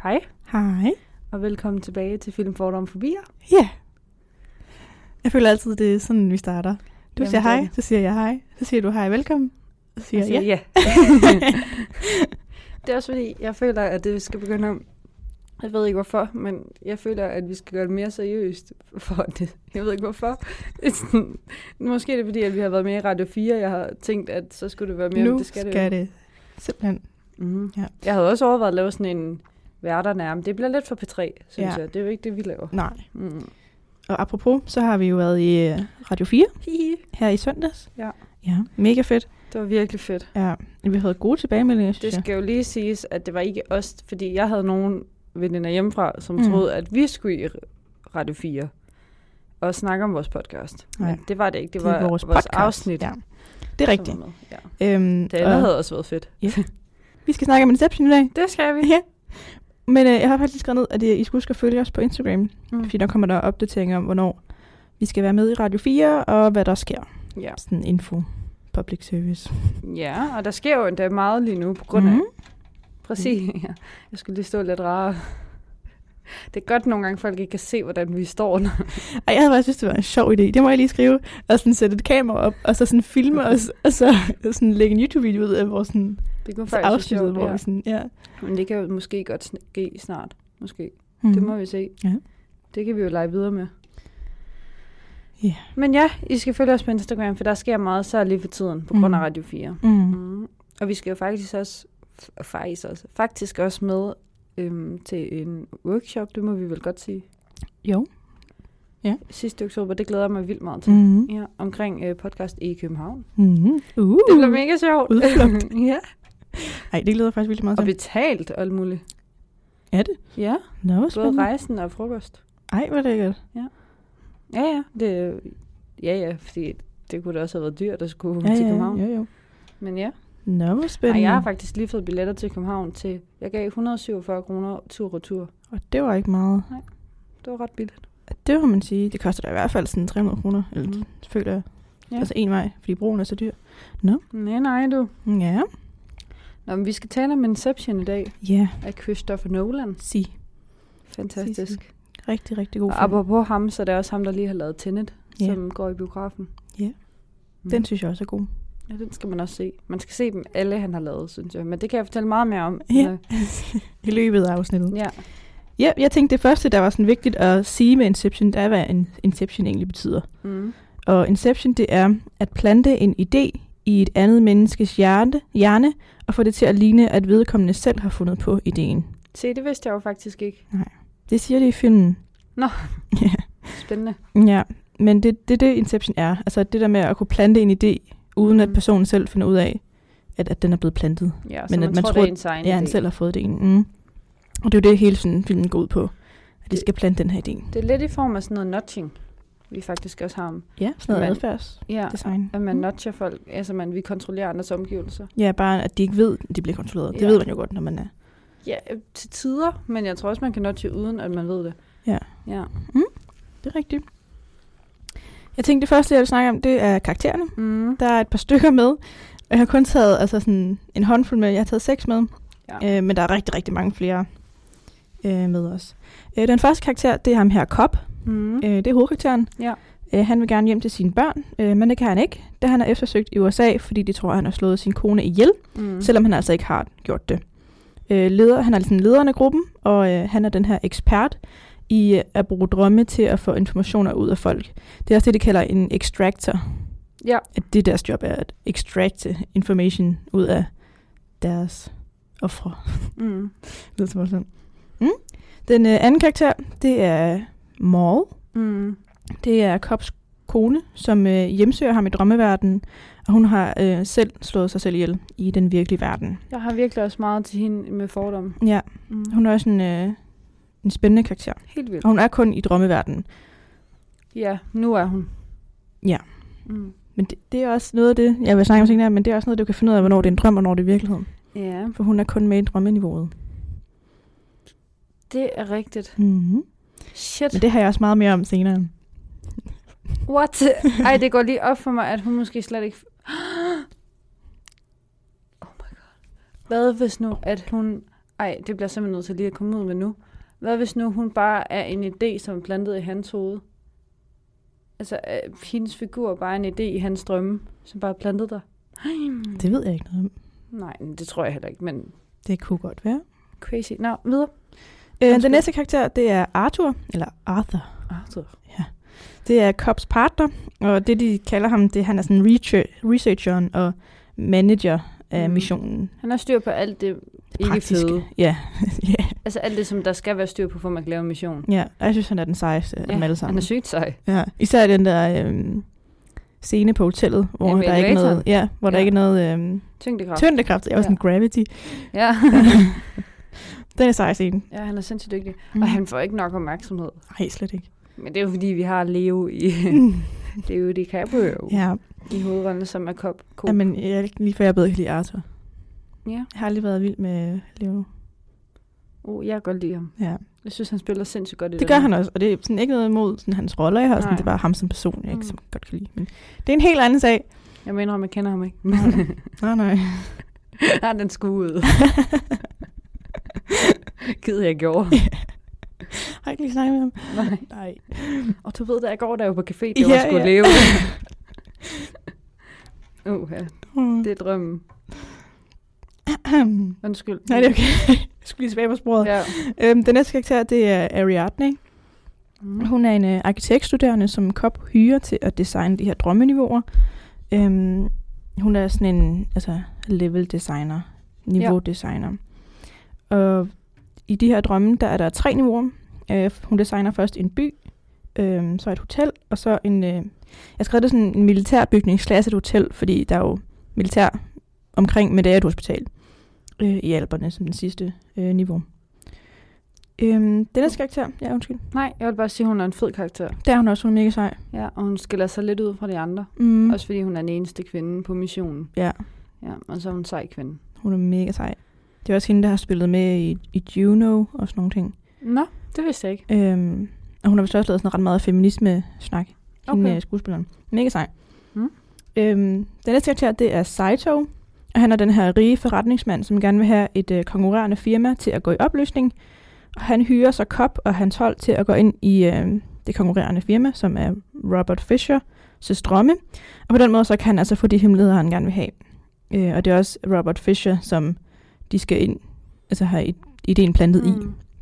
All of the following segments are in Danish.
Hej. Hej. Og velkommen tilbage til Film Fordom Fobier. Ja. Yeah. Jeg føler altid, det er sådan, vi starter. Du siger hej, så siger jeg hej. Så siger du hej, velkommen. Så siger jeg ja. Det er også fordi, jeg føler, at det skal begynde om. Jeg ved ikke hvorfor, men jeg føler, at vi skal gøre det mere seriøst for det. Jeg ved ikke hvorfor. Måske er det fordi, at vi har været med i Radio 4. Jeg har tænkt, at så skulle det være mere. Nu det skal det simpelthen. Mm-hmm. Ja. Jeg havde også overvejet at lave sådan en værternærme. Det bliver lidt for P3, synes jeg. Det er jo ikke det, vi laver. Nej. Mm. Og apropos, så har vi jo været i Radio 4 her i søndags. Ja, mega fedt. Det var virkelig fedt. Ja, vi havde gode tilbagemeldinger, synes jeg. Det skal jo lige siges, at det var ikke os, fordi jeg havde nogen veninder hjemmefra, som troede, at vi skulle i Radio 4 og snakke om vores podcast. Nej. Men det var det ikke. Det var vores afsnit. Ja. Det er rigtigt. Ja. Det andet havde også været fedt. Ja. Vi skal snakke om Inception i dag. Det skal vi. Ja. Men jeg har faktisk skrevet ned, at I skulle huske at følge os på Instagram. Fordi der kommer der opdateringer om, hvornår vi skal være med i Radio 4, og hvad der sker. Ja. Sådan info. Public service. Ja, og der sker jo endda meget lige nu på grund af... Præcis. Ja. Jeg skulle lige stå lidt rarere. Det er godt nogle gange, folk ikke kan se, hvordan vi står. Ej, jeg havde bare synes, det var en sjov idé. Det må jeg lige skrive. Og sådan sætte et kamera op, og så sådan filme os, og så sådan lægge en YouTube-video ud af vores sådan... Det kunne faktisk være sjovt, hvor vi sådan, ja. Men det kan jo måske godt ske snart. Måske. Det må vi se. Ja. Det kan vi jo lege videre med. Yeah. Men ja, I skal følge os på Instagram, for der sker meget særligt for tiden, på grund af Radio 4. Og vi skal jo faktisk også med til en workshop, det må vi vel godt sige. Jo. Ja. Sidste oktober, det glæder jeg mig vildt meget til. Ja, omkring podcast i København. Det bliver mega sjovt. Udflugt. Ja. Ej, det glæder jeg faktisk vildt meget til. Og betalt og alt muligt. Er det? Ja. Nå, både rejsen og frokost. Ej, hvor lækkert. Ja. Ja, fordi det kunne da også have været dyrt at skulle til København. Jo. Men ja. Nå, hvor spændende. Ej, jeg har faktisk lige fået billetter til København til, jeg gav 147 kroner tur-retur. Og det var ikke meget. Nej, det var ret billigt. Det må man sige. Det koster da i hvert fald sådan 300 kroner, eller føler jeg. Ja. Altså en vej, fordi broen er så dyr. Nå. Nej, du. Ja. Nå, men vi skal tale om Inception i dag. Ja. Af Christopher Nolan. Fantastisk. Rigtig, rigtig god film. Og apropos ham, så er det også ham, der lige har lavet Tenet, som går i biografen. Ja. Den synes jeg også er god. Ja, den skal man også se. Man skal se dem alle, han har lavet, synes jeg. Men det kan jeg fortælle meget mere om. Ja. I løbet af afsnittet. Ja. Ja, jeg tænkte det første, der var sådan vigtigt at sige med Inception, det er, hvad en Inception egentlig betyder. Og Inception, det er at plante en idé i et andet menneskes hjerne, og få det til at ligne, at vedkommende selv har fundet på ideen. Se, det vidste jeg jo faktisk ikke. Nej, det siger det i filmen. Nå, ja. Spændende. Ja, men det Inception er. Altså det der med at kunne plante en idé, uden at personen selv finder ud af, at den er blevet plantet. Ja, men at man tror, det er ens egen idé. Han selv har fået idéen. Og det er jo det, hele sådan, filmen går ud på. At de skal plante den her idé. Det er lidt i form af sådan noget nudging, vi faktisk også har. Ja, sådan noget adfærdsdesign. At man nudger folk. Altså, vi kontrollerer andres omgivelser. Ja, bare at de ikke ved, at de bliver kontrolleret. Det ved man jo godt, når man er... Ja, til tider. Men jeg tror også, man kan nudge uden, at man ved det. Ja. Det er rigtigt. Jeg tænkte, det første, jeg vil snakke om, det er karaktererne. Der er et par stykker med. Jeg har kun taget sådan en håndfuld med. Jeg har taget 6 med. Ja. Men der er rigtig, rigtig mange flere med os. Den første karakter, det er ham her, Cobb. Det er hovedkarakteren. Ja. Han vil gerne hjem til sine børn, men det kan han ikke, da han er eftersøgt i USA, fordi de tror, at han har slået sin kone ihjel, selvom han altså ikke har gjort det. Han er sådan lederen af gruppen, og han er den her ekspert i at bruge drømme til at få informationer ud af folk. Det er også det, de kalder en extractor. Ja. At det deres job er at extracte information ud af deres ofre. Det er sådan. Den anden karakter, det er Maul. Det er Cobbs kone, som hjemsøger ham i drømmeverdenen, og hun har selv slået sig selv ihjel i den virkelige verden. Jeg har virkelig også meget til hende med fordom. Ja, hun er også en spændende karakter. Helt vildt. Og hun er kun i drømmeverdenen. Ja, nu er hun. Ja. Men det er også noget af det, jeg vil snakke om senere, men det er også noget, du kan finde ud af, hvornår det er en drøm, og hvornår det er virkeligheden. Ja. For hun er kun med i drømmeniveauet. Det er rigtigt. Shit. Men det har jeg også meget mere om senere. What? Ej, det går lige op for mig, at hun måske slet ikke... Oh my god. Hvad hvis nu, at hun Ej, det bliver simpelthen nødt til lige at komme ud med nu. Hvad hvis nu hun bare er en idé, som er plantet i hans hoved? Altså, hendes figur er bare en idé i hans drømme, som bare er plantet der. Det ved jeg ikke noget om. Nej, det tror jeg heller ikke, men... Det kunne godt være. Crazy. Nå, videre. Den næste karakter, det er Arthur. Arthur. Ja. Det er Cobbs partner, og det, de kalder ham, det han er sådan researcheren og manager af missionen. Han har styr på alt det ikke fede. Ja. Yeah. Altså alt det, som der skal være styr på, for man kan lave en mission. Ja, og jeg synes, han er den sejeste af dem alle sammen. Han er sygt sej. Ja, især den der scene på hotellet, hvor der ikke er noget, der ikke er noget tyngdekraft. Jeg var sådan Gravity. Ja. Den er sej scene. Ja, han er sindssygt dygtig. Og han får ikke nok opmærksomhed. Nej, slet ikke. Men det er jo fordi, vi har Leo i... Leo DiCaprio i hovedrollen, som er Cobb. Jamen, lige før jeg bedre kan lide Arthur. Ja. Jeg har aldrig været vild med Leo. Jeg kan godt lide ham. Ja. Jeg synes, han spiller sindssygt godt i det. Det gør han også, og det er sådan ikke noget imod sådan, hans roller. Jeg har sådan, det er bare ham som person, jeg ikke så godt kan lide. Men det er en helt anden sag. Jeg mener, om jeg kender ham ikke. Nej. Han den skulle ud. Gider jeg gjorde. Har ikke lige snakket med ham? Nej. Og du ved, da jeg går der jo på café, det var sgu Leo. Det er drømmen. Undskyld. Nej, det er okay. Jeg skulle lige tilbage på sporet. Ja. Den næste karakter, det er Ariadne. Hun er en arkitektstuderende, som Cobb hyrer til at designe de her drømmeniveauer. Hun er sådan en level designer, niveau-designer. Og i de her drømme, der er der 3 niveauer. Hun designer først en by, så et hotel, og så en... jeg skrev det sådan en militærbygning / et hotel, fordi der er jo militær omkring, men det er et hospital i Alperne som den sidste niveau. Den næste karakter, undskyld. Nej, jeg vil bare sige, at hun er en fed karakter. Det er hun også, hun er mega sej. Ja, og hun skiller sig lidt ud fra de andre. Også fordi hun er den eneste kvinde på missionen. Ja, og så er hun en sej kvinde. Hun er mega sej. Det er også hende, der har spillet med i Juno og sådan nogle ting. Nå, det vidste jeg ikke. Og hun har vist også lavet sådan ret meget feminisme-snak. Hende skuespilleren. Mega sej. Den næste karakter, det er Saito. Og han er den her rige forretningsmand, som gerne vil have et konkurrerende firma til at gå i opløsning. Og han hyrer så Cobb og hans hold til at gå ind i det konkurrerende firma, som er Robert Fishers drømme. Og på den måde så kan han altså få de hemmeligheder, han gerne vil have. Og det er også Robert Fisher, som de skal ind, have ideen plantet i.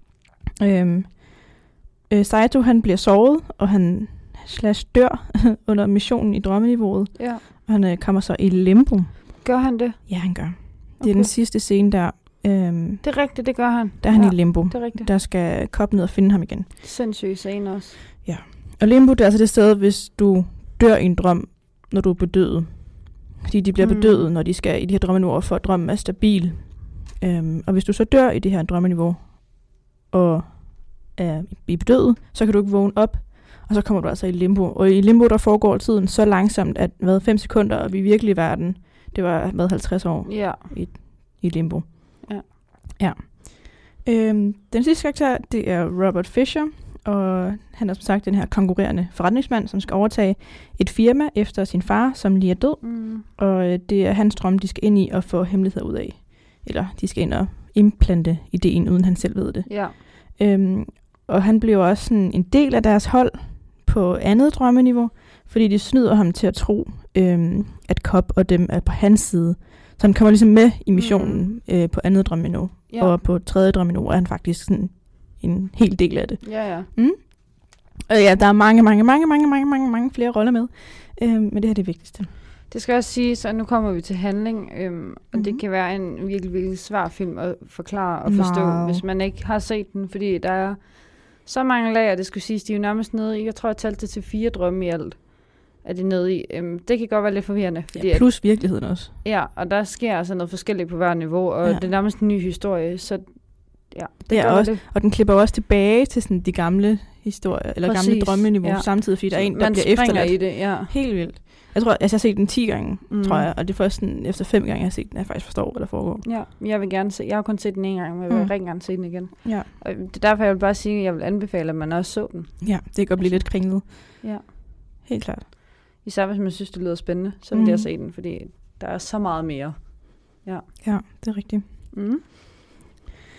Saito, han bliver såret, og han dør under missionen i drømmeniveauet. Ja. Og han kommer så i limbo. Gør han det? Ja, han gør. Det er den sidste scene der. Det er rigtigt, det gør han. Der er han i limbo. Det er rigtigt. Der skal Cobb ned og finde ham igen. Sindssyg scene også. Ja. Og limbo, det er altså det sted, hvis du dør i en drøm, når du er bedøvet. Fordi de bliver bedøvet, når de skal i de her drømmeniveauer, for at drømmen er stabil. Og hvis du så dør i det her drømmeniveau, og er bedøvet, så kan du ikke vågne op, og så kommer du altså i limbo. Og i limbo, der foregår tiden så langsomt, at 5 sekunder, og vi virkelig i verden, det var 50 år i limbo. Ja. Den sidste karakter, det er Robert Fisher, og han er som sagt den her konkurrerende forretningsmand, som skal overtage et firma efter sin far, som lige er død. Og det er hans drøm, de skal ind i og få hemmeligheder ud af. Eller de skal ind og implante ideen, uden han selv ved det. Ja. Og han bliver også sådan en del af deres hold på andet drømmeniveau, fordi de snyder ham til at tro, at Cobb og dem er på hans side. Så han kommer ligesom med i missionen på andet drømmeniveau. Ja. Og på tredje drømmeniveau er han faktisk sådan en hel del af det. Ja. Og ja, der er mange flere roller med. Men det her er det vigtigste. Det skal også sige, så nu kommer vi til handling, og det kan være en virkelig, virkelig svær film at forklare og forstå, hvis man ikke har set den, fordi der er så mange lag, og det skulle siges, de er jo nærmest nede i, jeg tror, jeg talte det til 4 drømme i alt, er de nede i. Det kan godt være lidt forvirrende. Fordi plus virkeligheden også. Ja, og der sker altså noget forskelligt på hver niveau, og det er nærmest en ny historie, så det gør også, det. Og den klipper også tilbage til sådan de gamle historier, eller gamle drømmeniveau samtidig, fordi der er en, der bliver efterladt. I det, Helt vildt. Jeg tror, jeg har set den 10 gange, tror jeg, og det er først sådan, efter 5 gange, jeg har set den, jeg faktisk forstår, hvad der foregår. Ja, jeg vil gerne se, jeg har kun set den en gang, men jeg vil rigtig gerne se den igen. Ja. Og det er derfor, jeg vil bare sige, at jeg vil anbefale, at man også så den. Ja, det kan godt blive lidt kringlet. Ja. Helt klart. Især hvis man synes, det lyder spændende, så vil jeg se den, fordi der er så meget mere. Ja, det er rigtigt.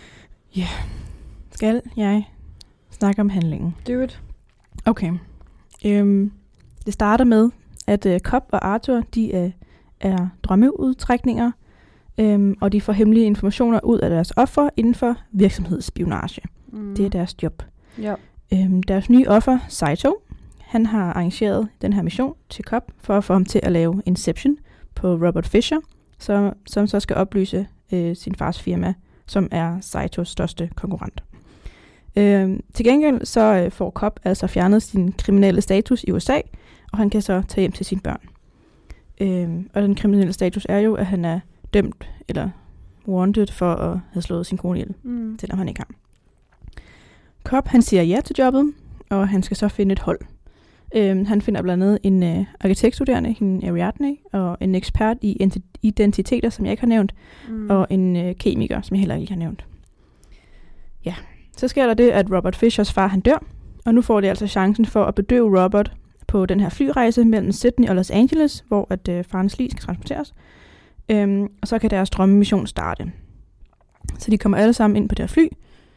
Ja. Skal jeg snakke om handlingen? Do it. Okay. Det starter med, at Cobb og Arthur, de er drømmeudtrækninger, og de får hemmelige informationer ud af deres offer inden for virksomhedsspionage. Det er deres job. Ja. Deres nye offer, Saito, han har arrangeret den her mission til Cobb for at få ham til at lave Inception på Robert Fisher, som så skal oplyse sin fars firma, som er Saitos største konkurrent. Til gengæld så får Cobb altså fjernet sin kriminelle status i USA, og han kan så tage hjem til sine børn. Og den kriminelle status er jo, at han er dømt eller wanted for at have slået sin kone ihjel, selvom han ikke har. Cobb, han siger ja til jobbet, og han skal så finde et hold. Han finder blandt andet en arkitektstuderende, en Ariadne, og en ekspert i identiteter, som jeg ikke har nævnt, og en kemiker, som jeg heller ikke har nævnt. Ja, så sker der det, at Robert Fishers far han dør, og nu får de altså chancen for at bedøve Robert på den her flyrejse mellem Sydney og Los Angeles, hvor at farens lig skal transporteres. Og så kan deres drømmemission starte. Så de kommer alle sammen ind på det her fly.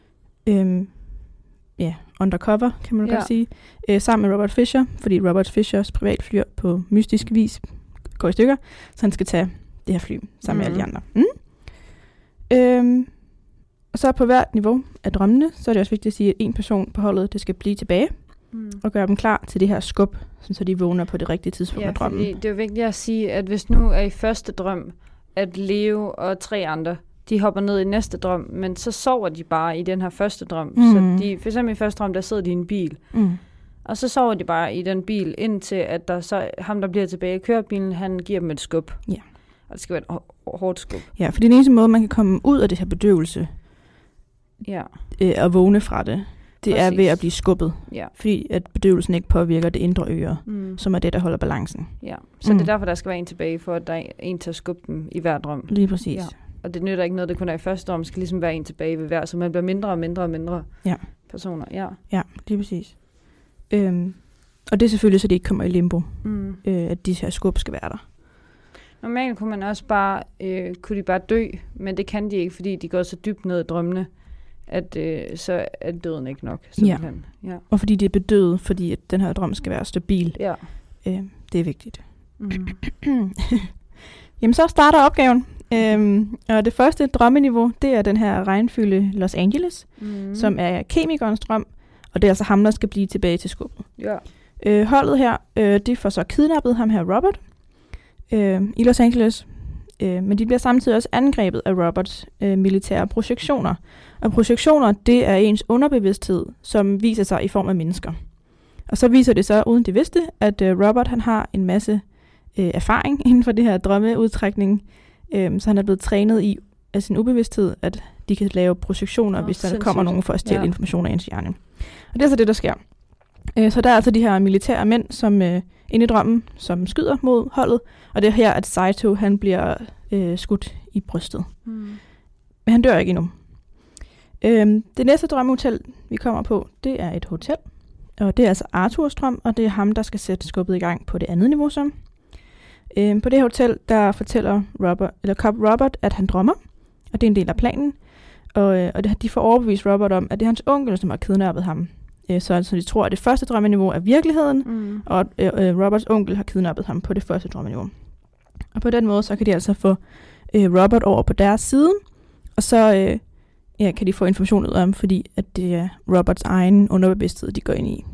Undercover, kan man godt sige. Sammen med Robert Fisher, fordi Robert Fishers privatfly på mystisk vis går i stykker, så han skal tage det her fly sammen med alle de andre. Og så på hvert niveau af drømmene, så er det også vigtigt at sige, at en person på holdet, det skal blive tilbage og gøre dem klar til det her skub, så de vågner på det rigtige tidspunkt af drømmen. Ja, det er jo vigtigt at sige, at hvis nu er i første drøm, at Leo og 3 andre, de hopper ned i næste drøm, men så sover de bare i den her første drøm. Så for eksempel i første drøm, der sidder de i en bil. Og så sover de bare i den bil, indtil at der så, ham, der bliver tilbage i kørebilen, han giver dem et skub. Ja. Og det skal være et hårdt skub. Ja, for det er den eneste måde, man kan komme ud af det her bedøvelse, og vågne fra det, det er ved at blive skubbet. Ja. Fordi at bedøvelsen ikke påvirker det indre øre, som er det, der holder balancen. Ja, så det er derfor, der skal være en tilbage, for at der er en til at skubbe dem i hver drøm. Lige præcis. Ja. Og det nytter ikke noget, det kun er i første drøm, skal ligesom være en tilbage ved hver, så man bliver mindre og mindre og mindre personer. Ja, lige præcis. Og det er selvfølgelig, så de ikke kommer i limbo, at de her skub skal være der. Normalt kunne man også bare, kunne de bare dø, men det kan de ikke, fordi de går så dybt ned i drømmene, at så er døden ikke nok. Ja, og fordi de er bedøvet, fordi at den her drøm skal være stabil. Ja. Det er vigtigt. Jamen, så starter opgaven. Og det første drømmeniveau, det er den her regnfyldte Los Angeles, som er kemikernes drøm, og det er altså ham, der skal blive tilbage til skubbet. Ja. Holdet her, de får så kidnappet ham her, Robert, i Los Angeles, men de bliver samtidig også angrebet af Roberts militære projektioner. Og projektioner, det er ens underbevidsthed, som viser sig i form af mennesker. Og så viser det så, uden de vidste, at Robert han har en masse erfaring inden for det her drømmeudtrækning, så han er blevet trænet i af sin ubevidsthed, at de kan lave projektioner, hvis der kommer nogen for at stjæle informationer i ens hjerne. Og det er så det, der sker. Så der er altså de her militære mænd, som inde i drømmen, som skyder mod holdet, og det er her, at Saito han bliver skudt i brystet. Men han dør ikke endnu. Det næste drømmehotel, vi kommer på, det er et hotel, og det er altså Arthurs drøm, og det er ham, der skal sætte skubbet i gang på det andet niveau som. På det hotel, der fortæller Cobb Robert, at han drømmer, og det er en del af planen, og de får overbevist Robert om, at det er hans onkel, som har kidnappet ham. Så altså, de tror, at det første drømmeniveau er virkeligheden, og Roberts onkel har kidnappet ham på det første drømmeniveau. Og på den måde, så kan de altså få Robert over på deres side, og så kan de få information ud af ham, fordi at det er Roberts egen underbevidsthed, de går ind i.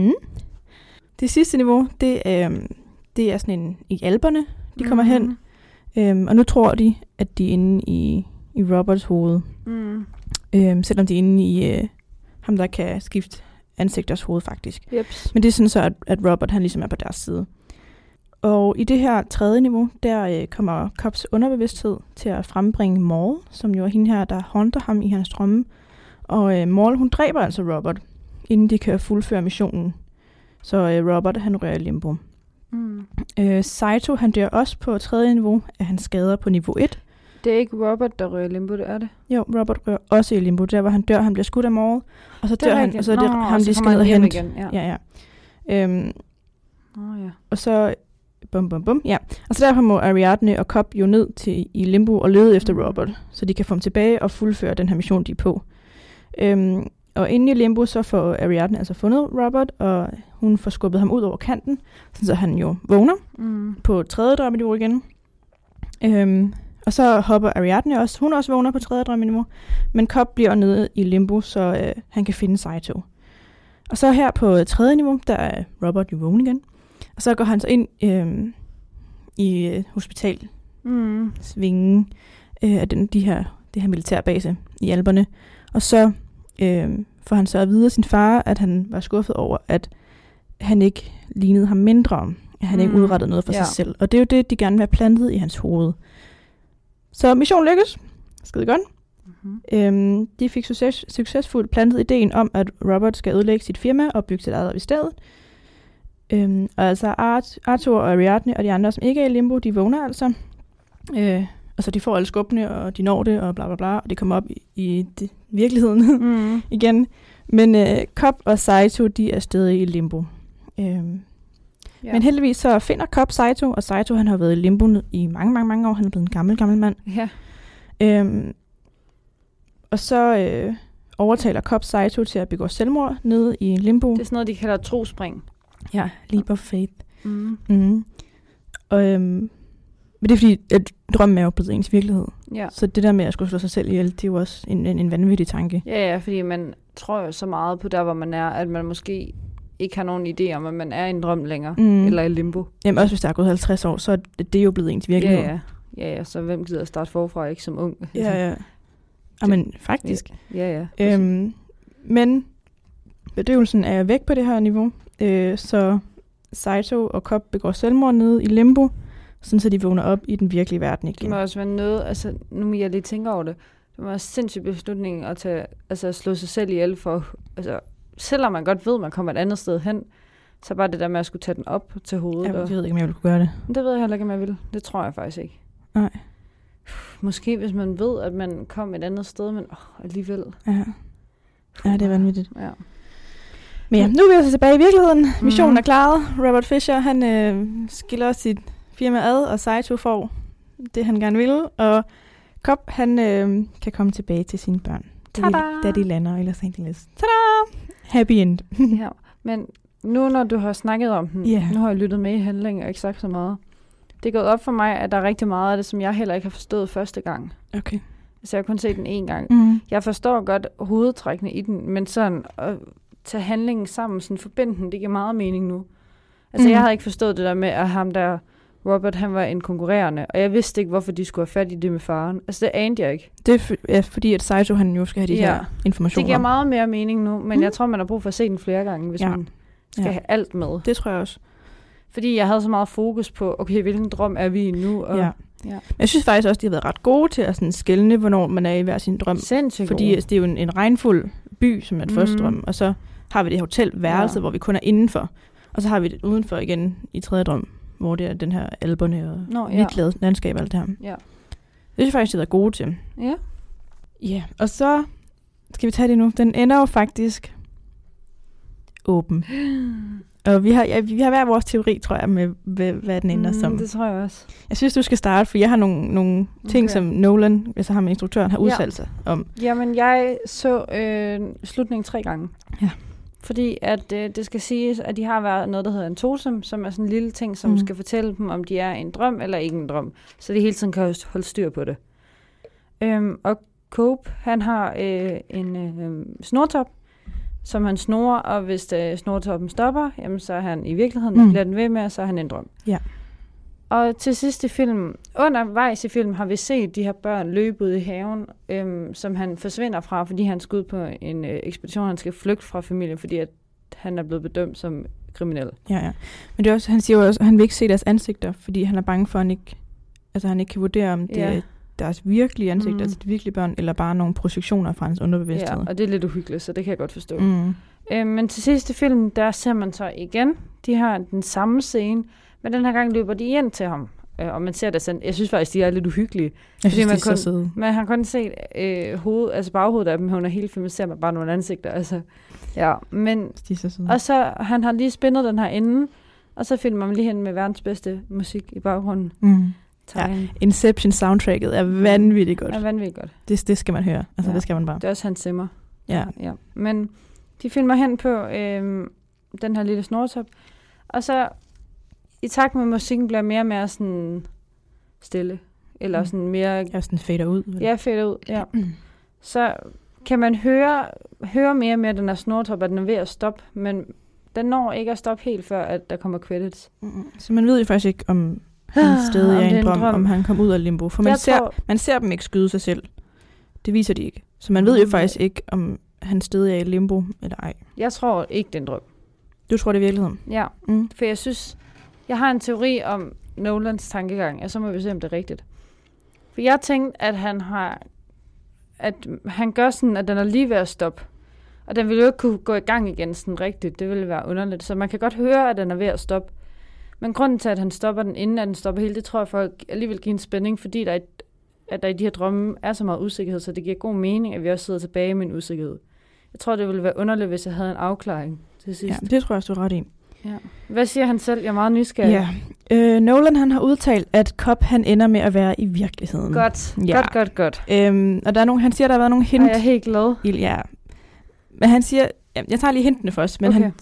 Det sidste niveau, det er sådan en i Alperne, de kommer hen, og nu tror de, at de er inde i Roberts hoved, selvom de er inde i ham, der kan skifte ansigters hoved faktisk. Jeps. Men det er sådan så, at Robert han ligesom er på deres side. Og i det her tredje niveau, der kommer Cobbs underbevidsthed til at frembringe Maul, som jo er hende her, der haunter ham i hans drømme. Og Maul, hun dræber altså Robert, inden de kan fuldføre missionen. Så Robert, han rører i limbo. Saito, han dør også på tredje niveau af hans skader på niveau 1. Det er ikke Robert, der rører i limbo, det er det? Jo, Robert rører også i limbo. Der, hvor han dør, han bliver skudt af Maul, og så dør han, og så er det ham, de skal ned og hente. Ja. Og så ja. Og så derfor må Ariadne og Cobb jo ned i limbo og lede efter Robert, så de kan få ham tilbage og fuldføre den her mission, de er på. Og inde i limbo, så får Ariadne altså fundet Robert, og hun får skubbet ham ud over kanten, så han jo vågner på 3. drømmeniveau igen. Og så hopper Ariadne også. Hun også vågner på 3. drømmeniveau, men Cobb bliver nede i limbo, så han kan finde Saito. Og så her på 3. niveau, der er Robert jo vågen igen. Og så går han så ind i hospitalsvingen af det her militærbase i Alperne. Og så får han så at vide af sin far, at han var skuffet over, at han ikke lignede ham mindre. At han ikke udrettede noget for sig selv. Og det er jo det, de gerne vil have plantet i hans hoved. Så missionen lykkes. Skide godt. De fik succesfuldt plantet ideen om, at Robert skal ødelægge sit firma og bygge sit eget op i stedet. Og altså Arthur og Ariadne og de andre, som ikke er i limbo, de vågner altså. Altså de får alle skubbene, og de når det, og bla bla bla, og det kommer op i virkeligheden igen. Men Cobb og Saito, de er stadig i limbo. Men heldigvis så finder Cobb Saito, og Saito han har været i limbo i mange år. Han er blevet en gammel mand. Ja. Og så overtaler Cobb Saito til at begå selvmord nede i limbo. Det er sådan noget, de kalder trospring. Ja, leap of faith. Og men det er fordi, at drømmen er jo blevet ens virkelighed. Ja. Så det der med at skulle slå sig selv ihjel, det er jo også en vanvittig tanke. Ja, fordi man tror jo så meget på der, hvor man er, at man måske ikke har nogen idé om, at man er i en drøm længere, eller i limbo. Jamen også hvis der er gået 50 år, så er det jo blevet ens virkelighed. Ja, så hvem gider at starte forfra, ikke som ung? Ja. Men faktisk. Ja. Men bedøvelsen er væk på det her niveau, så Saito og Cobb begår selvmord nede i limbo, sådan så de vågner op i den virkelige verden igen. Det må også være noget, altså nu må jeg lige tænke over det. Det må være en sindssyg beslutning at tage, altså at slå sig selv ihjel for, altså selvom man godt ved, at man kommer et andet sted hen, så bare det der med at skulle tage den op til hovedet. Jeg ved ikke, om jeg ville kunne gøre det. Det ved jeg heller ikke, om jeg vil. Det tror jeg faktisk ikke. Nej. Måske hvis man ved, at man kom et andet sted, men alligevel. Ja, det er vanvittigt. Ja. Men ja, nu er vi altså tilbage i virkeligheden. Missionen er klaret. Robert Fisher, han skiller sit firma ad, og Saito får det, han gerne vil. Og Cobb, han kan komme tilbage til sine børn. Da de lander i Los Angeles. Tada! Happy end. Ja, men nu når du har snakket om den, nu har jeg lyttet med i handling og ikke sagt så meget. Det er gået op for mig, at der er rigtig meget af det, som jeg heller ikke har forstået første gang. Okay. Så jeg har kun set den én gang. Jeg forstår godt hovedtrækkene i den, men sådan at tage handlingen sammen, sådan forbinde den, det giver meget mening nu. Altså jeg havde ikke forstået det der med, at ham der, Robert, han var en konkurrerende, og jeg vidste ikke, hvorfor de skulle have fat i det med faren. Altså det anede jeg ikke. Det er fordi, at Saito han jo skal have de her informationer. Det giver meget mere mening nu, men jeg tror, man har brug for at se den flere gange, hvis man skal have alt med. Det tror jeg også. Fordi jeg havde så meget fokus på, okay, hvilken drøm er vi i nu? Og, Jeg synes faktisk også, de har været ret gode til at sådan skelne, hvornår man er i hver sin drøm. Sindssygt fordi det er jo en regnfuld by, som er et første drøm, og så har vi det hotelværelse, hvor vi kun er indenfor. Og så har vi det udenfor igen i tredje drøm, hvor det er den her Alperne og hvidtladet landskab og alt det her. Ja. Det synes jeg faktisk, de er gode til. Ja. Ja, og så skal vi tage det nu. Den ender jo faktisk åben. Og vi har hver vores teori, tror jeg, med hvad den ender som. Det tror jeg også. Jeg synes, du skal starte, for jeg har nogle ting, som Nolan, altså ham instruktøren, har udtalt sig om. Jamen, jeg så slutningen 3 gange. Ja. Fordi at det skal siges, at de har været noget, der hedder en totem, som er sådan en lille ting, som skal fortælle dem, om de er en drøm eller ikke en drøm. Så det hele tiden kan holde styr på det. Og Cobb, han har en snortop, som han snorer, og hvis snortoppen stopper, jamen, så er han i virkeligheden, og bliver den ved med, og så er han en drøm. Ja. Og til sidst i filmen, undervejs i filmen, har vi set de her børn løbe ud i haven, som han forsvinder fra, fordi han skal ud på en ekspedition, han skal flygte fra familien, fordi at han er blevet bedømt som kriminel. Ja. Men det er også, han siger jo også, at han vil ikke se deres ansigter, fordi han er bange for, at han ikke kan vurdere, om det er deres virkelige ansigter, altså de virkelige børn, eller bare nogle projektioner fra hans underbevidsthed. Ja, og det er lidt uhyggeligt, så det kan jeg godt forstå. Men til sidst i filmen, der ser man så igen, de har den samme scene, men den her gang løber de ind til ham. Og man ser det sådan, jeg synes faktisk, de er lidt uhyggelige. Jeg synes, de er så søde. Man har kun set baghovedet af dem, under hele filmen ser man bare nogle ansigter. Altså, ja, men, de er så søde. Og så, han har lige spændet den her inde, og så filmer man lige hen med verdens bedste musik i baggrunden. Ja, Inception soundtracket er vanvittigt godt. Det er vanvittigt godt. Det skal man høre. Altså, det skal man bare. Det er også Hans Zimmer. Ja. Men de filmer hen på den her lille snortop, og så i takt med musikken bliver mere og mere sådan stille, eller sådan mere... Ja, sådan fader ud. Vel? Ja, fader ud, ja. Så kan man høre mere og mere den her snortop, at den er ved at stoppe, men den når ikke at stoppe helt, før at der kommer credits. Så man ved jo faktisk ikke, om han stadig er i en drøm, om han kom ud af limbo. For man ser dem ikke skyde sig selv. Det viser de ikke. Så man ved jo faktisk ikke, om han stadig er i limbo eller ej. Jeg tror ikke, det er en drøm. Du tror, det er virkeligheden? Ja, for jeg synes, jeg har en teori om Nolans tankegang, og så må vi se, om det er rigtigt. For jeg tænkte, at han gør sådan, at den er lige ved at stoppe. Og den ville jo ikke kunne gå i gang igen sådan rigtigt. Det ville være underligt. Så man kan godt høre, at den er ved at stoppe. Men grunden til, at han stopper den, inden at den stopper helt, det tror jeg, folk alligevel giver en spænding, fordi at der i de her drømme er så meget usikkerhed, så det giver god mening, at vi også sidder tilbage med en usikkerhed. Jeg tror, det ville være underligt, hvis jeg havde en afklaring til sidst. Ja, det tror jeg også, du er ret i. Ja. Hvad siger han selv? Jeg er meget nysgerrig. Ja. Nolan han har udtalt, at Cobb han ender med at være i virkeligheden. Godt. Og der er han siger, der har været nogle hint. Jeg er helt glad. Ja. Men han siger, jeg tager lige hintene først, men okay.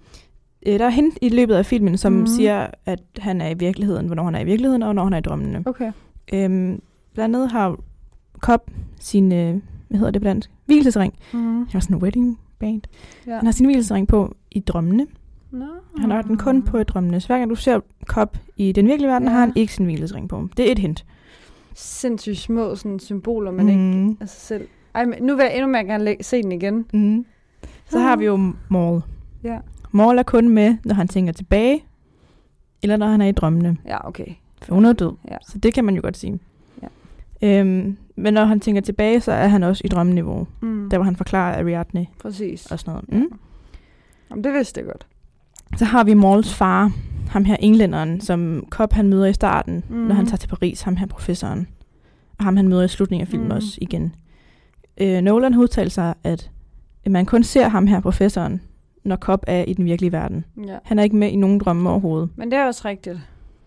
Der er hint i løbet af filmen, som siger, at han er i virkeligheden, hvornår han er i virkeligheden, og hvornår han er i drømmene. Okay. Blandt andet har Cobb sin, hvilesesring. Han har sådan en wedding band. Ja. Han har sin hvilesesring på i drømmene. No. Han har den kun på i drømmene. Så hver gang du ser Cobb i den virkelige verden, har han ikke sin hvilesesring på. Det er et hint. Sindssygt små sådan, symboler, man ikke af sig selv. Ej, men nu vil jeg endnu mere gerne se den igen. Så har vi jo Maul. Ja. Maul er kun med, når han tænker tilbage, eller når han er i drømmene. Ja, okay. For hun er død. Ja. Så det kan man jo godt sige. Ja. Men når han tænker tilbage, så er han også i drømmeniveau. Der hvor han forklarer Ariadne. Præcis. Og sådan noget. Ja. Jamen, det vidste jeg godt. Så har vi Mauls far, ham her englænderen, som Cobb han møder i starten, når han tager til Paris, ham her professoren. Og ham han møder i slutningen af filmen også igen. Nolan har udtalt sig, at man kun ser ham her professoren, når Cobb er i den virkelige verden. Ja. Han er ikke med i nogen drømme overhovedet. Men det er også rigtigt.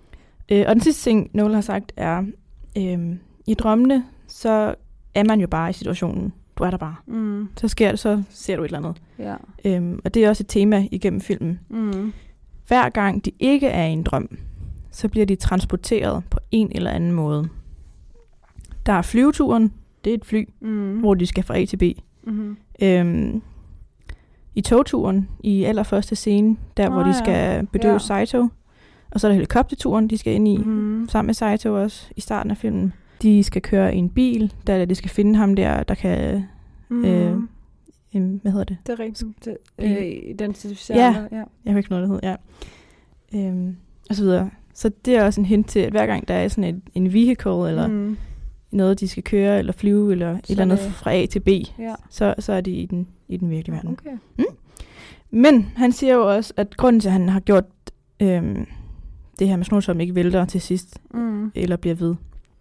Og den sidste ting, Nolan har sagt, er, i drømmene, så er man jo bare i situationen. Du er der bare. Så sker det, så ser du et eller andet. Ja. Og det er også et tema igennem filmen. Hver gang de ikke er i en drøm, så bliver de transporteret på en eller anden måde. Der er flyveturen, det er et fly, hvor de skal fra A til B. I togturen, i allerførste scene, der hvor de skal bedøve Saito. Og så er der helikopterturen, de skal ind i, sammen med Saito også, i starten af filmen. De skal køre i en bil, der de skal finde ham der kan... hvad hedder det? Det er rigtigt. Identificere. Ja, jeg har ikke noget, der hedder, og så videre. Så det er også en hint til, at hver gang der er sådan en vehicle, eller noget, de skal køre, eller flyve, eller et eller andet fra A til B, så er de i den virkelige verden. Okay. Men han siger jo også, at grunden til, at han har gjort det her med snorsom ikke vælter til sidst, eller bliver ved,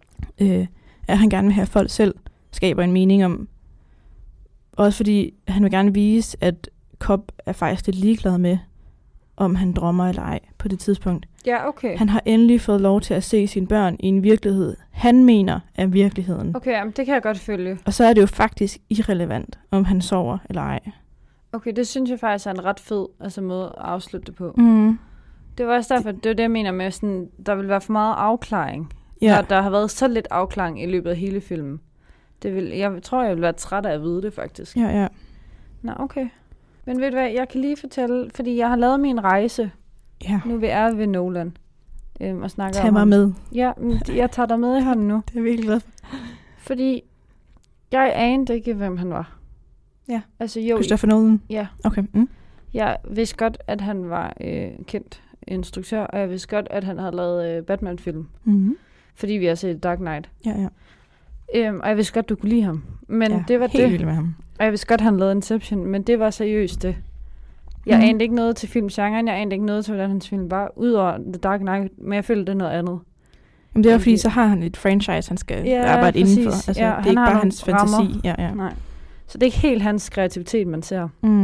at han gerne vil have, at folk selv skaber en mening om, også fordi han vil gerne vise, at Cobb er faktisk lidt ligeglad med, om han drømmer eller ej på det tidspunkt. Ja, okay. Han har endelig fået lov til at se sine børn i en virkelighed, han mener er virkeligheden. Okay, jamen, det kan jeg godt følge. Og så er det jo faktisk irrelevant, om han sover eller ej. Okay, det synes jeg faktisk er en ret fed måde at afslutte det på. Det var også derfor, det er det, jeg mener med, sådan, der vil være for meget afklaring. Ja. Og der har været så lidt afklaring i løbet af hele filmen. Jeg tror, jeg vil være træt af at vide det, faktisk. Ja. Nå, okay. Men ved du hvad, jeg kan lige fortælle, fordi jeg har lavet min rejse. Ja. Nu vi er ved Nolan. Og snakker Tag mig med. Ja, jeg tager dig med i hånden nu. Det er virkelig glad for. Fordi jeg anede ikke, hvem han var. Ja. Altså, jo. Christopher Nolan? Ja. Okay. Jeg vidste godt, at han var kendt instruktør, og jeg vidste godt, at han havde lavet Batman-film. Fordi vi har set Dark Knight. Ja. Og jeg vidste godt, du kunne lide ham. Men det var helt vildt med ham. Og jeg vidste godt, han lavede Inception, men det var seriøst det. Jeg anede ikke noget til filmgenren, jeg anede ikke noget til, hvordan hans film var, udover The Dark Knight, men jeg følte, det er noget andet. Jamen det er fordi, så har han et franchise, han skal arbejde indenfor. Altså, det er ikke bare hans fantasi. Ja. Nej. Så det er ikke helt hans kreativitet, man ser.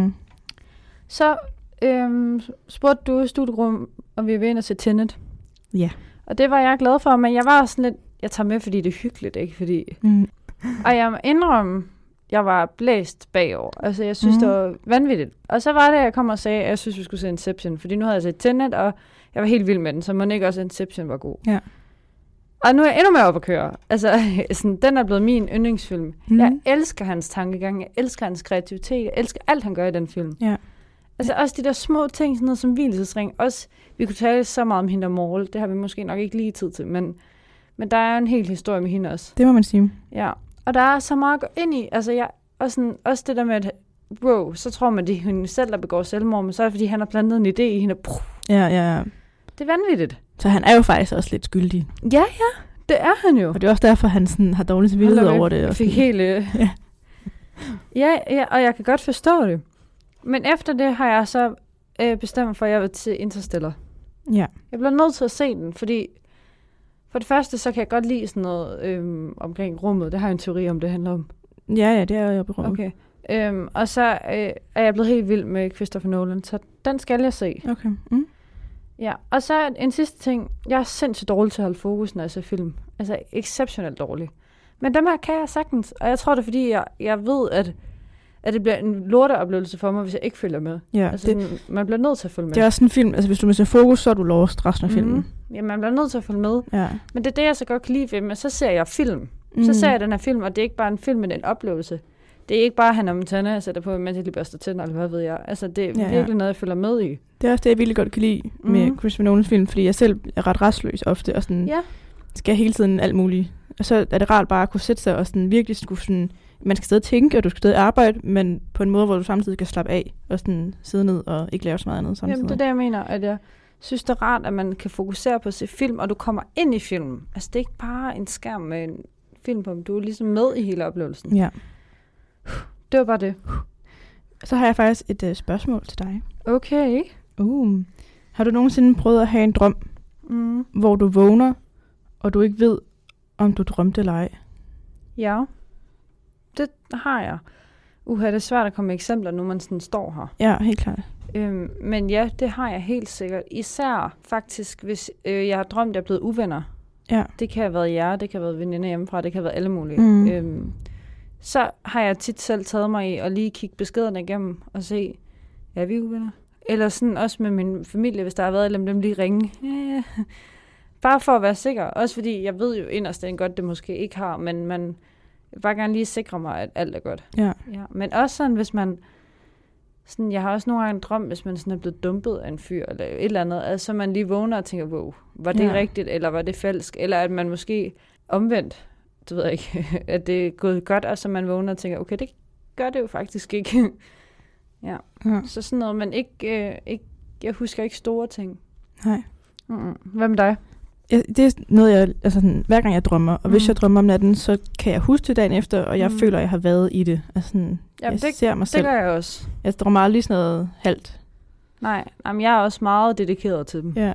Så spurgte du i studierum, om vi vil ind og se Tenet. Ja. Og det var jeg glad for, men jeg var sådan lidt, jeg tager med, fordi det er hyggeligt, ikke? Fordi... Og jeg må indrømme, jeg var blæst bagover. Altså, jeg synes, det var vanvittigt. Og så var det, jeg kom og sagde, at jeg synes, vi skulle se Inception, fordi nu havde jeg set Tenet, og jeg var helt vild med den, så må ikke også Inception var god. Ja. Og nu er jeg endnu mere oppe at køre. Altså, sådan, den er blevet min yndlingsfilm. Jeg elsker hans tankegang, jeg elsker hans kreativitet, jeg elsker alt, han gør i den film. Ja. Altså, også de der små ting, sådan noget som hvilesesring. Også, vi kunne tale så meget om hende og Maul, det har vi måske nok ikke lige tid til, men der er en hel historie med hende også. Det må man sige. Ja, og der er så meget at gå ind i. Altså, også det der med, at så tror man, det er hende selv, der begår selvmord, men så er det, fordi han har plantet en idé i hende. Ja. Det er vanvittigt. Så han er jo faktisk også lidt skyldig. Ja, det er han jo. Og det er også derfor, han sådan har dårlig samvittighed over det. Jeg fik helt... Ja, og jeg kan godt forstå det. Men efter det har jeg så bestemt for, at jeg vil til Interstellar. Ja. Jeg bliver nødt til at se den, fordi for det første, så kan jeg godt lide sådan noget omkring rummet. Det har jeg en teori om, det handler om. Ja, det er jo på rummet. Okay. Og så er jeg blevet helt vild med Christopher Nolan, så den skal jeg se. Okay. Ja, og så en sidste ting. Jeg er sindssygt dårlig til at holde fokus, når jeg ser film. Altså exceptionelt dårlig. Men dem her kan jeg sagtens, og jeg tror det er, fordi jeg ved, at det bliver en lorteoplevelse for mig, hvis jeg ikke følger med. Ja, altså, man bliver nødt til at følge med. Det er også en film, altså hvis du misser fokus, så er du lost resten af filmen. Ja, man bliver nødt til at følge med. Ja. Men det er det, jeg så godt kan lide ved dem, så ser jeg film. Så ser jeg den her film, og det er ikke bare en film, men en oplevelse. Det er ikke bare Hannah Montana, jeg sætter på, mens jeg lige børster tænder, eller hvad ved jeg. Altså, det er virkelig noget, jeg følger med i. Det er også det, jeg virkelig godt kan lide med Christopher Nolans film, fordi jeg selv er ret restløs ofte, og sådan skal hele tiden alt muligt. Og så er det rart bare at kunne sætte sig og sådan virkelig skulle sådan, man skal stadig tænke, og du skal stadig arbejde, men på en måde, hvor du samtidig kan slappe af, og sådan sidde ned og ikke lave så meget andet samtidig. Jamen, det er det, jeg mener, at jeg synes, det er rart, at man kan fokusere på at se film, og du kommer ind i filmen. Altså, det er ikke bare en skærm med en film på, du er ligesom med i hele oplevelsen. Ja. Det var bare det. Så har jeg faktisk et spørgsmål til dig. Okay. Har du nogensinde prøvet at have en drøm, hvor du vågner, og du ikke ved, om du drømte eller ej? Ja, det har jeg. Det er svært at komme med eksempler, når man sådan står her. Ja, helt klart. Men ja, det har jeg helt sikkert. Især faktisk, hvis jeg har drømt, at jeg er blevet uvenner. Ja. Det kan have været jer, det kan have været veninder hjemmefra, det kan have været alle mulige. Så har jeg tit selv taget mig i at lige kigge beskederne igennem og se, er vi uvenner? Eller sådan også med min familie, hvis der har været, dem lige ringe. Ja. Bare for at være sikker. Også fordi jeg ved jo inderst godt, det måske ikke har, men man vil bare gerne lige sikre mig, at alt er godt. Ja. Men også sådan, hvis man... Sådan, jeg har også nogle gange en drøm, hvis man sådan er blevet dumpet af en fyr, eller et eller andet, altså man lige vågner og tænker, wow, var det rigtigt, eller var det falsk? Eller at man måske omvendt, det ved jeg ikke, at det er gået godt, og så man vågner og tænker, okay, det gør det jo faktisk ikke. Ja. Så sådan noget, men ikke, jeg husker ikke store ting. Nej. Hvad med dig? Ja, det er noget, altså sådan, hver gang jeg drømmer, og hvis jeg drømmer om natten, så kan jeg huske det dagen efter, og jeg føler, at jeg har været i det. Altså sådan, jeg ser mig selv. Det gør jeg også. Jeg drømmer aldrig sådan noget halvt. Nej, jamen, jeg er også meget dedikeret til dem. Ja.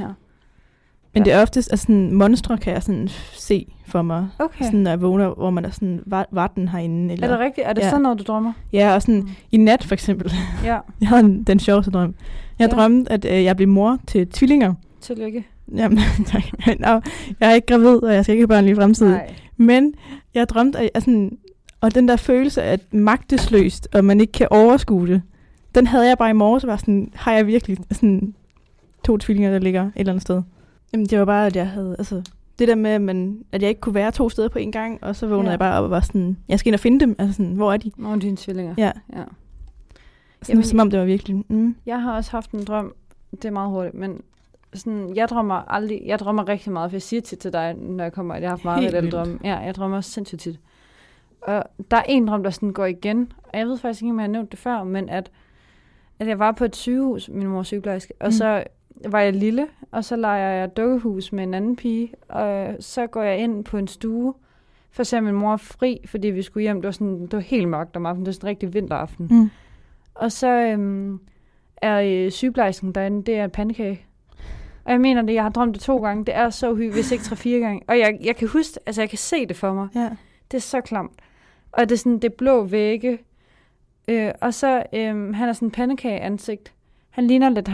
Men det er oftest, altså sådan, monstre kan jeg sådan se for mig, sådan, når jeg vågner, hvor man er sådan, var den herinde? Eller, er det rigtigt? Er det sådan noget, du drømmer? Ja, og sådan i nat for eksempel. Ja. Jeg havde den sjoveste drøm. Jeg drømte, at jeg blev mor til tvillinger. Tillykke. Jamen, tak. No, jeg er ikke gravid, og jeg skal ikke have børn lige i fremtiden. Nej. Men jeg drømte, at sådan, og den der følelse af magtesløst, og man ikke kan overskue det, den havde jeg bare i morges, og var sådan, har jeg virkelig sådan 2 tvillinger, der ligger et eller andet sted. Jamen, det var bare, at jeg havde, altså, det der med, at jeg ikke kunne være 2 steder på en gang, og så vågnede jeg bare op og var sådan, jeg skal ind og finde dem, altså sådan, hvor er de? Hvor er dine tvillinger? Ja. Sådan, som om det var virkelig. Jeg har også haft en drøm, det er meget hurtigt, men sådan, jeg drømmer rigtig meget, for jeg siger tit til dig, når jeg kommer, at jeg har haft meget af drømme. Ja, jeg drømmer også sindssygt tit. Og der er en drøm, der sådan går igen, og jeg ved faktisk ikke, om jeg har nævnt det før, men at jeg var på et sygehus, min mor er sygeplejerske, og så var jeg lille, og så leger jeg dukkehus med en anden pige, og så går jeg ind på en stue, for at se min mor fri, fordi vi skulle hjem, det var helt mørkt om aftenen, det var sådan en rigtig vinteraften. Og så er sygeplejersken derinde, det er en pandekage. Og jeg mener det, jeg har drømt det 2 gange. Det er så uhyggeligt, hvis ikke 3-4 gange. Og jeg kan huske, altså jeg kan se det for mig. Ja. Det er så klamt. Og det er sådan, det blå vægge. Og så, han er sådan en pandekage-ansigt. Han ligner lidt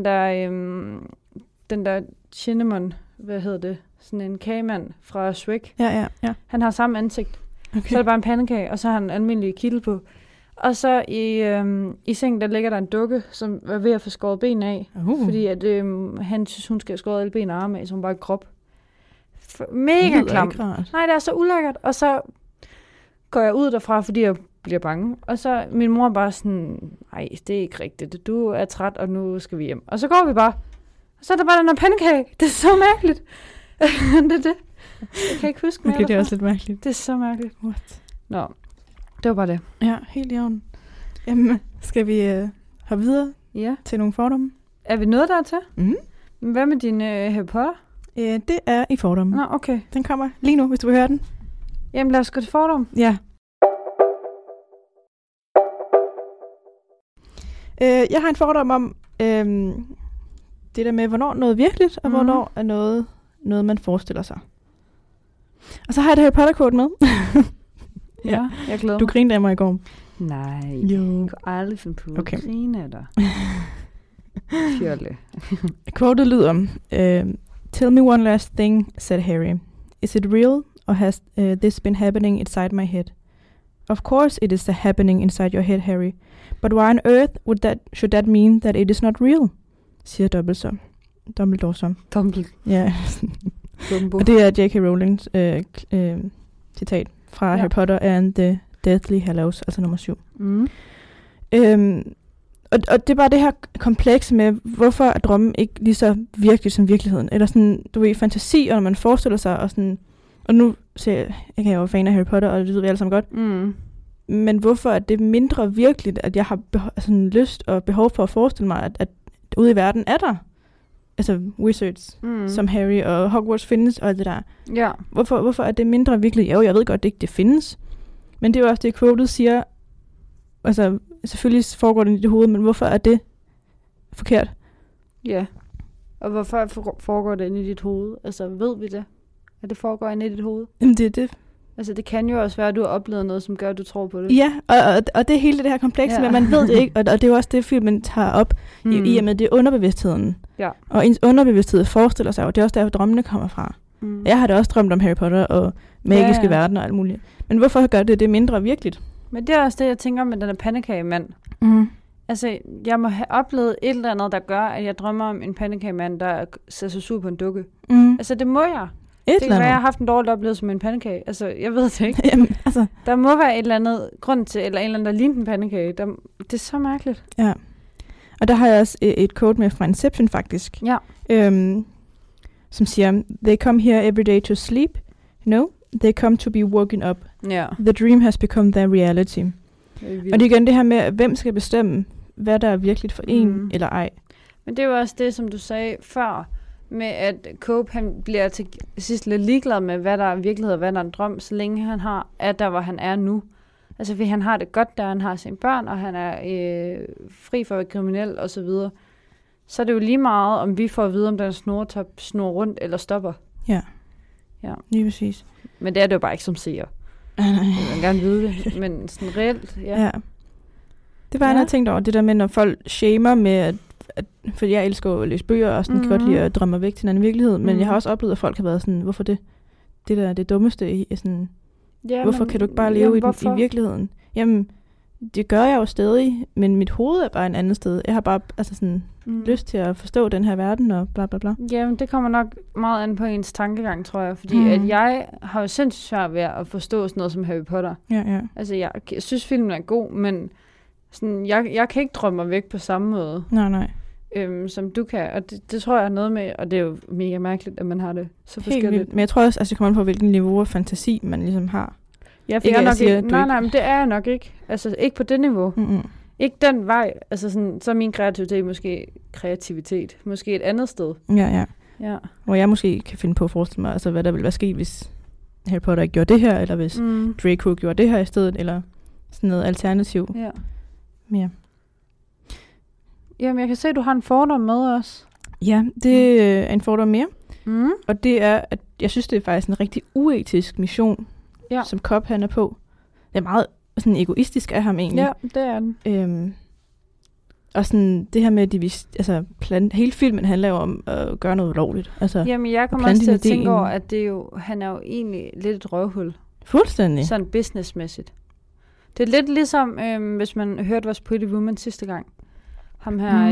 den der Cinnamon, hvad hedder det? Sådan en kagemand fra Shrek. Ja. Han har samme ansigt. Okay. Så er det bare en pandekage, og så har han en almindelig kittel på. Og så i sengen, der ligger der en dukke, som er ved at få skåret ben af. Fordi at, han synes, hun skal have skåret alle ben og arme af, så hun bare krop. Mega klam. Nej, det er så ulækkert. Og så går jeg ud derfra, fordi jeg bliver bange. Og så min mor bare sådan, nej, det er ikke rigtigt. Du er træt, og nu skal vi hjem. Og så går vi bare. Og så er der bare den her pandekage. Det er så mærkeligt. Det er det. Jeg kan ikke huske mere. Okay, det er også lidt mærkeligt. Det er så mærkeligt. What? Nå, det var bare det. Ja, helt i orden. Jamen, skal vi hoppe videre til nogle fordomme? Er vi nået dertil? Mm. Hvad med din Harry Potter? Det er i fordomme. Nå, okay. Den kommer lige nu, hvis du vil høre den. Jamen, lad os gå til fordom. Ja. Jeg har en fordom om det der med, hvornår noget er virkeligt, og hvornår er noget, man forestiller sig. Og så har jeg et Harry Potter-quote med. Ja, jeg glæder mig. Du grinede af mig i går. Nej, jo. Jeg kan aldrig finde på at grine af dig. Fjolle. Quotet lyder, Tell me one last thing, said Harry. Is it real, or has this been happening inside my head? Of course it is happening inside your head, Harry. But why on earth should that mean that it is not real? Siger Dumbledore så. Ja. Og det er J.K. Rowlings citat fra Harry Potter and the Deathly Hallows, altså nummer 7. Mm. Og det er bare det her kompleks med, hvorfor er drømmen ikke lige så virkelig som virkeligheden? Eller sådan, du ved, fantasi, og når man forestiller sig, og sådan, og nu ser jeg kan jo være fan af Harry Potter, og det ved vi alle sammen godt. Mm. Men hvorfor er det mindre virkeligt, at jeg har sådan lyst og behov for at forestille mig, at ude i verden er der altså wizards, som Harry, og Hogwarts findes, og alt det der. Ja. Hvorfor er det mindre virkeligt? Jo, jeg ved godt, det ikke det findes. Men det er jo også det, quotet siger. Altså, selvfølgelig foregår det i dit hoved, men hvorfor er det forkert? Ja. Og hvorfor foregår det inde i dit hoved? Altså, ved vi det? At det foregår inde i dit hoved? Jamen, det er det. Altså, det kan jo også være, at du har oplevet noget, som gør, at du tror på det. Ja, og det er hele det her komplekse, men man ved det ikke, og det er jo også det, filmen tager op, i og med det er underbevidstheden. Ja. Og ens underbevidsthed forestiller sig, og det er også der, drømmene kommer fra. Jeg har da også drømt om Harry Potter og magiske verdener og alt muligt. Men hvorfor gør det mindre virkeligt? Men det er også det, jeg tænker med den her pandekagemand. Altså, jeg må have oplevet et eller andet, der gør, at jeg drømmer om en pandekagemand, der ser så sur på en dukke. Altså, det må jeg. Det kan være, jeg har haft en dårlig oplevelse med en pandekage. Altså, jeg ved det ikke. Jamen, altså. Der må være et eller andet grund til, eller en eller anden, der ligner en pandekage. Det er så mærkeligt. Ja. Og der har jeg også et quote med fra Inception, faktisk. Ja. Som siger, they come here every day to sleep. No, they come to be woken up. Ja. The dream has become their reality. Og det er igen det her med, hvem skal bestemme, hvad der er virkeligt for en eller ej. Men det er jo også det, som du sagde før, med at Cope, han bliver til sidst lidt ligeglad med, hvad der er virkelighed og hvad der er en drøm, så længe han er der, hvor han er nu. Altså, fordi han har det godt, der han har sine børn, og han er fri for at være kriminel og så videre. Så er det jo lige meget, om vi får at vide, om den snortop snor rundt eller stopper. Ja, lige præcis. Men det er det jo bare ikke som seer. Jeg vil gerne vide det, men sådan reelt, ja. Det var en af tænkt over, det der med, når folk shamer med, for jeg elsker at læse bøger, og sådan kan godt lide at drømme mig væk til en anden virkelighed, men jeg har også oplevet, at folk har været sådan, hvorfor det der er det dummeste i sådan, hvorfor kan du ikke bare leve i virkeligheden? Jamen, det gør jeg jo stadig, men mit hoved er bare en anden sted. Jeg har bare sådan lyst til at forstå den her verden og bla bla bla. Jamen, det kommer nok meget an på ens tankegang, tror jeg, fordi at jeg har jo sindssygt svært ved at forstå sådan noget som Harry Potter. Ja. Altså, jeg synes filmen er god, men sådan, jeg kan ikke drømme mig væk på samme måde. Nej. Som du kan, og det tror jeg er noget med, og det er jo mega mærkeligt, at man har det så forskelligt. Vildt. Men jeg tror også, at det kommer an på, hvilken niveau af fantasi man ligesom har. Ja, for nej, men det er jeg nok ikke. Altså, ikke på det niveau. Ikke den vej. Altså, sådan, så er min kreativitet måske et andet sted. Ja. Hvor jeg måske kan finde på at forestille mig, altså, hvad der ville være sket, hvis Harry Potter ikke gjorde det her, eller hvis Draco gjorde det her i stedet, eller sådan noget alternativ. Ja. Jamen, jeg kan se, at du har en fordom med os. Ja, det er en fordom mere. Og det er, at jeg synes, det er faktisk en rigtig uetisk mission, som Cobb han er på. Det er meget sådan egoistisk af ham egentlig. Ja, det er den. Og sådan det her med, hele filmen handler jo om at gøre noget ulovligt. Altså, jamen, jeg kommer også til at tænke over, at det er jo, han er jo egentlig lidt et røvhul. Fuldstændig. Sådan businessmæssigt. Det er lidt ligesom, hvis man hørte vores Pretty Woman sidste gang. Ham her...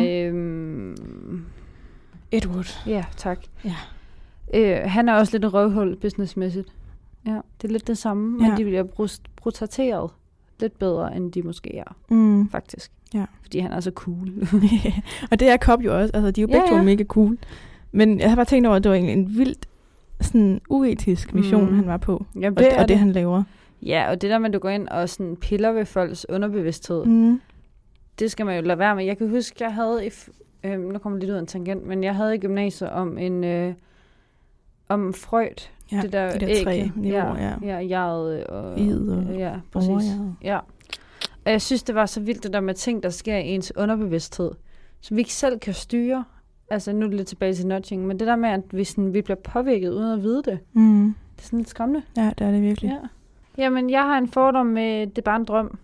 Edward. Ja, tak. Ja. Han er også lidt et røvhul businessmæssigt. Ja, det er lidt det samme, men de bliver brutaliseret lidt bedre, end de måske er, faktisk. Ja. Fordi han er så cool. Og det er Cobb jo også. Altså, de er jo begge to mega cool. Men jeg har bare tænkt over, at det var egentlig en vildt sådan uetisk mission, han var på. Ja, og det, han laver. Ja, og det der med, at du går ind og sådan piller ved folks underbevidsthed, det skal man jo lade være med. Jeg kan huske, jeg havde nu kommer lidt ud af en tangent, men jeg havde i gymnasiet om Freud. Ja, det der, de der tre niveauer, ja, jeget og... Id og ja, præcis. Ja. Og jeg synes, det var så vildt, det der med ting, der sker i ens underbevidsthed, som vi ikke selv kan styre. Altså, nu er det lidt tilbage til nudging, men det der med, at vi bliver påvirket uden at vide det, det er sådan lidt skræmmende. Ja, det er det virkelig. Ja. Jamen, jeg har en fordom med, det er bare en drøm.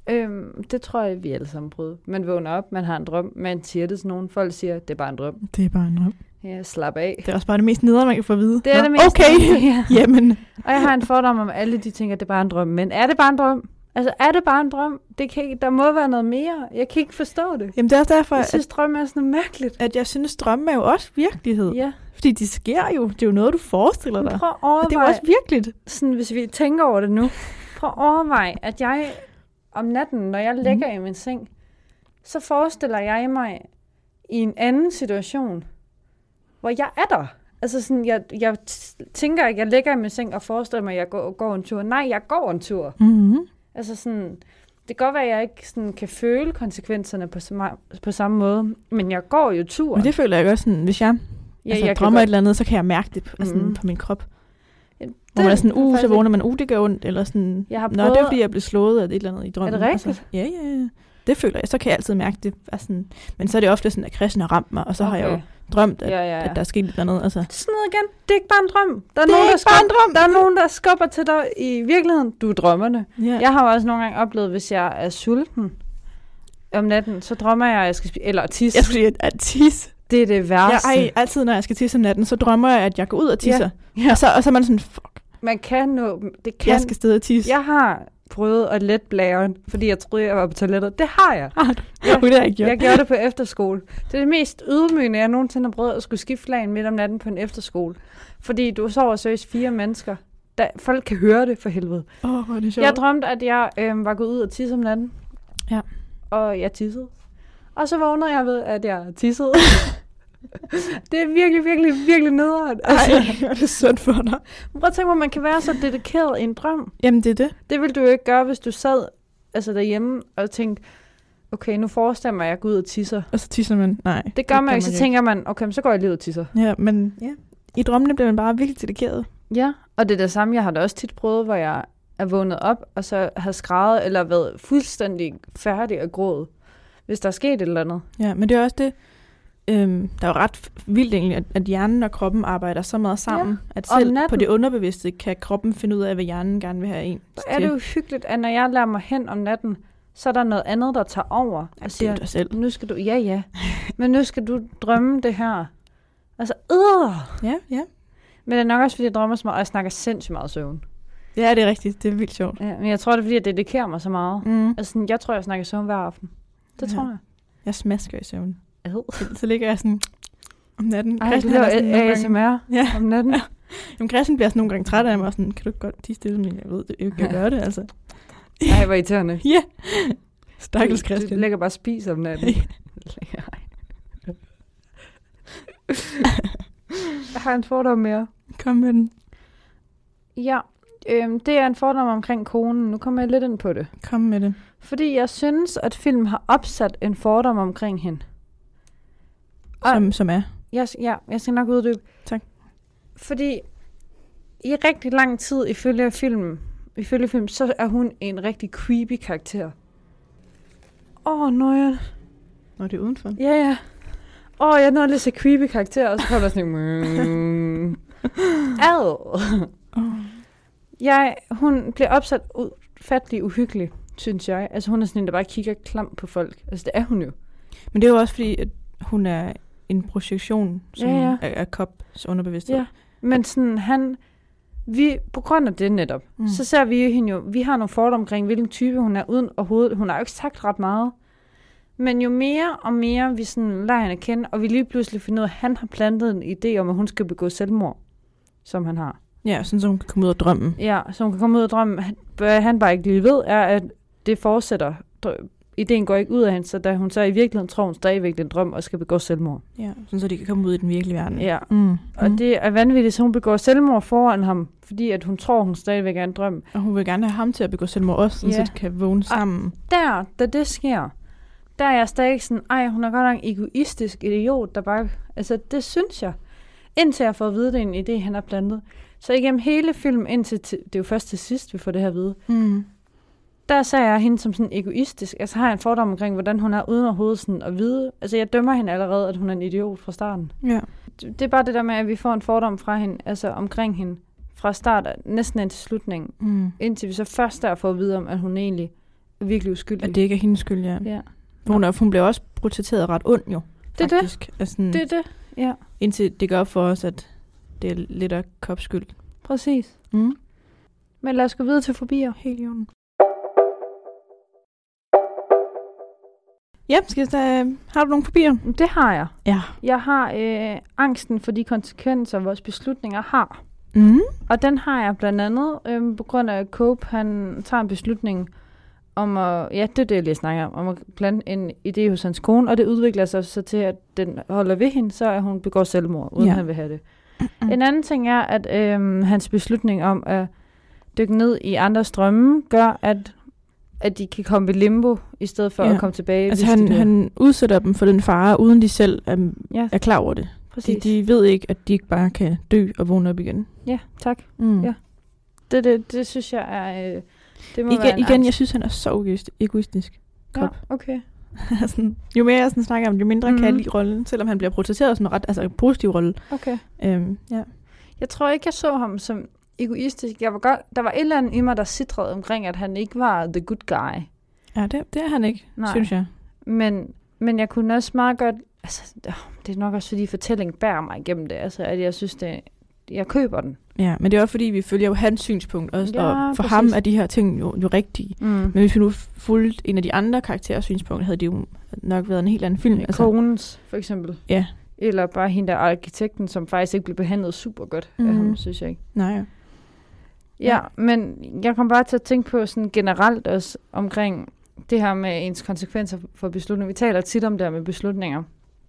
Det tror jeg, vi alle sammen prøver. Man vågner op, man har en drøm, man siger det til nogen. Folk siger, det er bare en drøm. Det er bare en drøm. Ja, slap af. Det er også bare det mest nederen, man kan få at vide. Det er det mest okay. Ja. Jamen. Og jeg har en fordom om, alle de tænker, at det er bare en drøm. Men er det bare en drøm? Altså, er det bare en drøm? Der må være noget mere. Jeg kan ikke forstå det. Jamen, det er også derfor, jeg synes, drøm er sådan mærkeligt. At jeg synes, drømme er jo også virkelighed. Ja. Fordi de sker jo. Det er jo noget, du forestiller dig. Prøv at overveje, og det er jo også virkeligt. Sådan, hvis vi tænker over det nu. Prøv at overveje, at jeg om natten, når jeg ligger i min seng, så forestiller jeg mig i en anden situation, hvor jeg er der. Altså sådan, jeg tænker ikke, jeg ligger i min seng og forestiller mig, at jeg går en tur. Nej, jeg går en tur. Altså sådan, det kan godt være, at jeg ikke sådan kan føle konsekvenserne på samme måde, men jeg går jo tur. Men det føler jeg også sådan, hvis jeg drømmer et eller andet, så kan jeg mærke det på min krop. Hvor man er sådan, så vågner man, det gør ondt, eller sådan, det er fordi, jeg blev slået af et eller andet i drømmen. Er det rigtigt? Altså, ja. Det føler jeg. Så kan jeg altid mærke det. Sådan, men så er det ofte sådan, at Christian har ramt mig, og så har jeg jo drømt, at der er sket et eller andet. Altså. Sådan noget igen. Det er ikke bare en drøm. Der er nogen, der skubber til dig i virkeligheden. Du drømmer det. Yeah. Jeg har jo også nogle gange oplevet, hvis jeg er sulten om natten, så drømmer jeg, at jeg skal spise, eller tisse. Jeg skulle sige, at tisse. Det er det værste. Altid, når jeg skal tisse om natten, så drømmer jeg, at jeg går ud og tisser. Ja. Og så er man sådan, fuck. Man kan nå, jeg skal stadig tisse. Jeg har prøvet at lette blæren, fordi jeg troede, jeg var på toilettet. Det har jeg. Det har jeg gjort. Jeg gjorde det på efterskole. Det er det mest ydmygende, jeg nogensinde har prøvet at skulle skifte flagen midt om natten på en efterskole. Fordi du sover seriøst 4 mennesker. Folk kan høre det for helvede. Hvor er det sjovt. Jeg drømte, at jeg var gået ud og tisse om natten. Ja. Og jeg tissede. Og så vågnede jeg ved, at jeg tissede. Det er virkelig, virkelig, virkelig nederen. Altså, det er synd for dig. Prøv at tænke mig, at man kan være så dedikeret i en drøm. Jamen, det er det. Det ville du jo ikke gøre, hvis du sad derhjemme og tænkte, okay, nu forestiller mig, at jeg går ud og tisser. Og så tisser man. Nej. Det gør man ikke. Så tænker man, okay, så går jeg lige ud og tisser. Ja, men i drømmene bliver man bare virkelig dedikeret. Ja, og det er det samme. Jeg har da også tit prøvet, hvor jeg er vågnet op, og så har skrædet eller været fuldstændig færdig og grådet, hvis der er sket et eller andet. Ja, men det er også det. Der er jo ret vildt egentlig, at hjernen og kroppen arbejder så meget sammen, at selv på det underbevidste kan kroppen finde ud af, hvad hjernen gerne vil have en. Så er det jo hyggeligt, at når jeg lader mig hen om natten, så er der noget andet, der tager over. Og siger, dig selv. Nu skal du, men nu skal du drømme det her. Altså, Ja. Men det er nok også, fordi jeg drømmer så meget, og jeg snakker sindssygt meget søvn. Ja, det er rigtigt. Det er vildt sjovt. Ja, men jeg tror, det er, fordi jeg dedikerer mig så meget. Altså, jeg tror, jeg snakker søvn hver aften. Det tror jeg. Jeg smasker i søvn. Så ligger jeg sådan om natten. Ej, du laver ASMR om natten. Ja. Jamen, Christian bliver sådan nogle gange træt af mig, og sådan, kan du godt tige stille, men jeg ved det ikke, jeg gør det, altså. Ej, hvor irriterende. Ja. Stakkels Christian. Du lægger bare spis om natten. Jeg har en fordom mere. Kom med den. Ja, det er en fordom omkring konen. Nu kommer jeg lidt ind på det. Kom med det. Fordi jeg synes, at film har opsat en fordom omkring hende. Som er? Jeg skal nok uddybe. Tak. Fordi i rigtig lang tid ifølge film, så er hun en rigtig creepy karakter. Nøjeren. Nå, det er udenfor? Ja. Jeg nåede lidt så creepy karakter, og så kommer der sådan hun bliver opsat ufattelig uhyggelig, synes jeg. Altså hun er sådan en, der bare kigger klamt på folk. Altså det er hun jo. Men det er jo også fordi, at hun er en projektion, som er Cobbs underbevidsthed. Ja, men sådan på grund af det netop, så ser vi hende jo, vi har nogle fordomme omkring, hvilken type hun er uden overhovedet. Hun har jo ikke sagt ret meget. Men jo mere og mere vi sådan lader hende kende, og vi lige pludselig finder ud af, at han har plantet en idé om, at hun skal begå selvmord, som han har. Ja, sådan så hun kan komme ud af drømmen. Ja, så hun kan komme ud af drømmen. Hvad han bare ikke lige ved, er, at det fortsætter. Ideen går ikke ud af hende, så da hun så i virkeligheden tror, hun stadigvæk den drøm og skal begå selvmord. Ja, sådan så de kan komme ud i den virkelige verden. Ja, og det er vanvittigt, så hun begår selvmord foran ham, fordi at hun tror, hun stadigvæk er en drøm. Og hun vil gerne have ham til at begå selvmord også, sådan så de kan vågne sammen. Da det sker, der er jeg stadig sådan, hun er godt nok en egoistisk idiot, der bare, altså det synes jeg, indtil jeg får at vide, det er en idé, han har plantet. Så igennem hele filmen, indtil det er jo først til sidst, vi får det her at vide, der ser jeg hende som sådan egoistisk. Altså har jeg en fordom omkring, hvordan hun er uden overhovedet sådan at vide. Altså jeg dømmer hende allerede, at hun er en idiot fra starten. Ja. Det er bare det der med, at vi får en fordom fra hende, altså omkring hende, fra start næsten ind til slutningen. Indtil vi så først der får at vide om, at hun egentlig er virkelig uskyldig. At det ikke er hendes skyld, ja. Hun bliver også portrætteret ret ond jo, faktisk. Det er det, ja. Indtil det gør for os, at det er lidt af Cops skyld. Præcis. Men lad os gå videre til fobier. Helt i orden. Ja, har du nogle fobier? Det har jeg. Ja. Jeg har angsten for de konsekvenser, vores beslutninger har. Og den har jeg blandt andet på grund af, at Cope, han tager en beslutning om at, det er det, jeg lige snakker om at plante en idé hos hans kone, og det udvikler sig så til, at den holder ved hende, så at hun begår selvmord, uden han vil have det. En anden ting er, at hans beslutning om at dykke ned i andres drømme, gør, at de kan komme i limbo, i stedet for at komme tilbage. Altså han udsætter dem for den fare, uden de selv er klar over det. Præcis. De ved ikke, at de ikke bare kan dø og vågne op igen. Ja, tak. Ja. Det synes jeg er... det må være igen, jeg synes, han er så egoistisk. Ja, okay. Jo mere jeg snakker om, jo mindre kan jeg lide rollen, selvom han bliver portrætteret som en ret positiv rolle. Okay. Ja. Jeg tror ikke, jeg så ham som egoistisk. Der var et eller andet i mig, der sitrede omkring, at han ikke var the good guy. Ja, det er han ikke, synes jeg. Men jeg kunne også meget godt... Altså, det er nok også, fordi fortællingen bærer mig igennem det. Altså, at jeg synes, jeg køber den. Ja, men det er også, fordi vi følger jo hans synspunkt også. Og for ham er de her ting jo rigtige. Men hvis vi nu fulgte en af de andre karakterers synspunkt, havde det jo nok været en helt anden film. Konens, for eksempel. Ja. Eller bare hende der arkitekten, som faktisk ikke blev behandlet super godt af ham, synes jeg ikke. Nej. Ja, men jeg kom bare til at tænke på sådan generelt også omkring det her med ens konsekvenser for beslutninger. Vi taler tit om det her med beslutninger,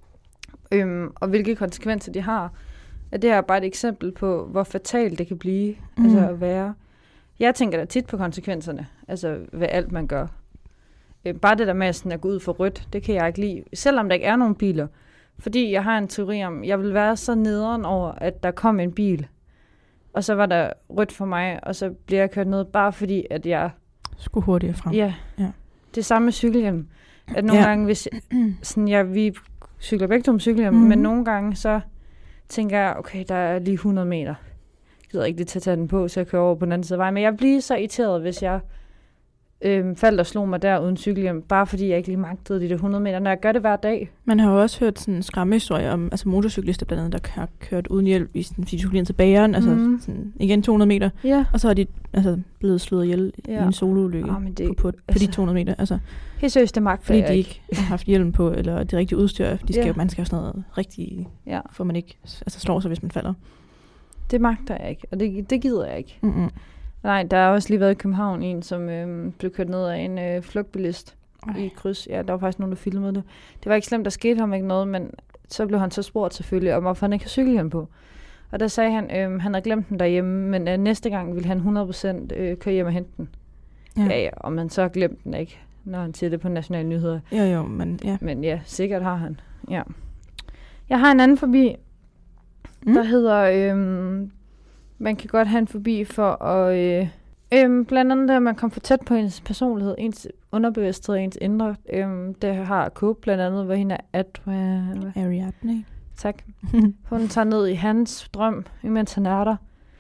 og hvilke konsekvenser de har. At det her er bare et eksempel på, hvor fatalt det kan blive, altså at være. Jeg tænker da tit på konsekvenserne, altså ved alt man gør. Bare det der med sådan at gå ud for rødt, det kan jeg ikke lide, selvom der ikke er nogen biler. Fordi jeg har en teori om, jeg vil være så nederen over, at der kom en bil, og så var der rødt for mig, og så bliver jeg kørt ned, bare fordi, at jeg... skulle hurtigere frem. Ja. Det samme med cykelhjelm. At nogle gange, hvis sådan, vi cykler begge to med cykelhjelm, men nogle gange, så tænker jeg, okay, der er lige 100 meter. Jeg gider ikke lige tage den på, så jeg kører over på den anden side af vejen. Men jeg bliver så irriteret, hvis jeg faldt og slog mig der uden cykelhjelm, bare fordi jeg ikke lige magtede de 100 meter, når jeg gør det hver dag. Man har jo også hørt sådan en skræmmehistorie om motorcyklister blandt andet, der har kørt uden hjælp, fordi de skulle lige til bageren, altså sådan, igen 200 meter, og så har de blevet slået ihjel i en soloulykke på de 200 meter. Altså, helt seriøst, det magter fordi de ikke har haft hjelm på, eller det rigtige udstyr. Man skal have sådan noget rigtigt, for man ikke slår sig, hvis man falder. Det magter jeg ikke, og det gider jeg ikke. Nej, der har også lige været i København en, som blev kørt ned af en flugtbilist i kryds. Ja, der var faktisk nogen, der filmede det. Det var ikke slemt, der skete ham ikke noget, men så blev han så spurgt selvfølgelig, om hvorfor han ikke har cykelhjelm på. Og der sagde han, han havde glemt den derhjemme, men næste gang ville han 100% køre hjem og hente den. Ja, og man så har glemt den ikke, når han siger det på nationale nyheder. Jo, men ja. Men ja, sikkert har han. Ja. Jeg har en anden forbi, der hedder... man kan godt have en forbi for at... blandt andet, at man kommer for tæt på ens personlighed, ens underbevidsthed og ens indre. Det har Cope blandt andet, hvor hende er Ariadne. Tak. Hun tager ned i hans drøm, imens han er der.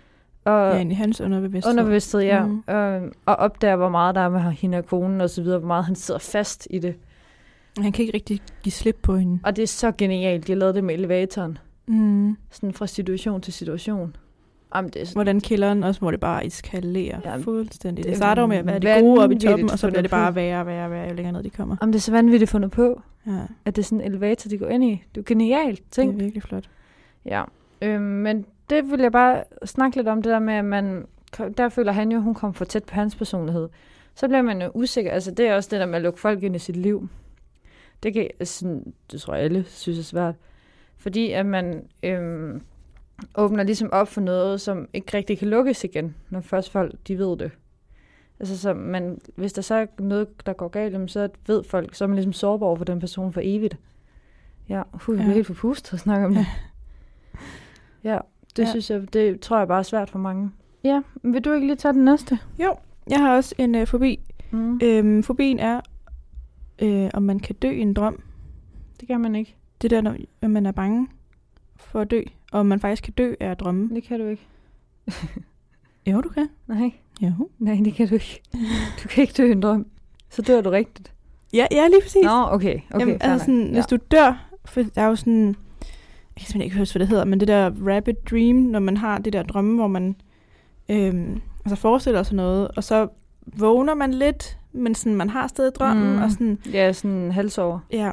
Og i hans underbevidsthed. Underbevidsthed, ja. Og opdager, hvor meget der er med hende og konen og så videre, hvor meget han sidder fast i det. Han kan ikke rigtig give slip på hende. Og det er så genialt. De har lavet det med elevatoren. Sådan fra situation til situation. Hvordan kælderen også, hvor det bare eskalerer fuldstændig. Det Det starter jo med at være det gode oppe i toppen, og så bliver det bare værre, jo længere ned de kommer. Det er så vanvittigt fundet på, Ja. at det er sådan en elevator, de går ind i. Det er genialt, tænk. Det er virkelig flot. Ja, men det vil jeg bare snakke lidt om, det der med, at man, der føler han jo, hun kom for tæt på hans personlighed. Så bliver man jo usikker. Altså, det er også det der med at lukke folk ind i sit liv. Det kan, sådan, det tror jeg alle synes er svært. Fordi at man åbner ligesom op for noget, som ikke rigtig kan lukkes igen, når først folk, de ved det. Altså, så hvis der så er noget, der går galt, så ved folk, så er man ligesom sårbar over for den person for evigt. Ja, jeg bliver helt forpustet at snakke om det. Ja, det synes jeg, det tror jeg bare er svært for mange. Ja, vil du ikke lige tage den næste? Jo, jeg har også en fobi. Fobien er, om man kan dø i en drøm. Det kan man ikke. Det der, når man er bange for at dø, og man faktisk kan dø af at drømme. Det kan du ikke. Jo, du kan. Nej. Jo. Nej, det kan du ikke. Du kan ikke dø i en drøm. Så dør du rigtigt. Ja, lige præcis. Nå, okay. Jamen, altså sådan, hvis du dør, for der er jo sådan, jeg kan simpelthen ikke huske, hvad det hedder, men det der rapid dream, når man har det der drømme, hvor man altså forestiller sig noget, og så vågner man lidt, men sådan, man har stadig drømmen, og sådan... Ja, sådan halsover. Ja.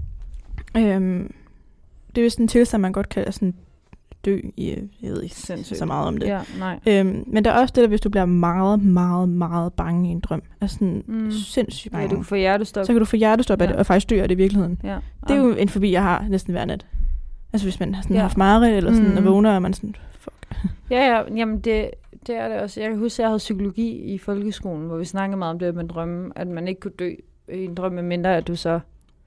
Det er jo sådan en tilstand, man godt kan sådan dø i, jeg ved ikke så meget om det. Ja, nej. Men der er også det der, hvis du bliver meget, meget, meget bange i en drøm. Altså sådan sindssygt bange. Ja, du kan få hjertestop. Så kan du få hjertestop af det, og faktisk dø af det i virkeligheden. Ja. Det er jo en fobi, jeg har næsten hver nat. Altså hvis man sådan har haft mareridt, eller sådan, og vågner, og man sådan, fuck. Ja, jamen det er det også. Jeg kan huske, at jeg havde psykologi i folkeskolen, hvor vi snakkede meget om det med drømme, at man ikke kunne dø i en drøm, medmindre at du så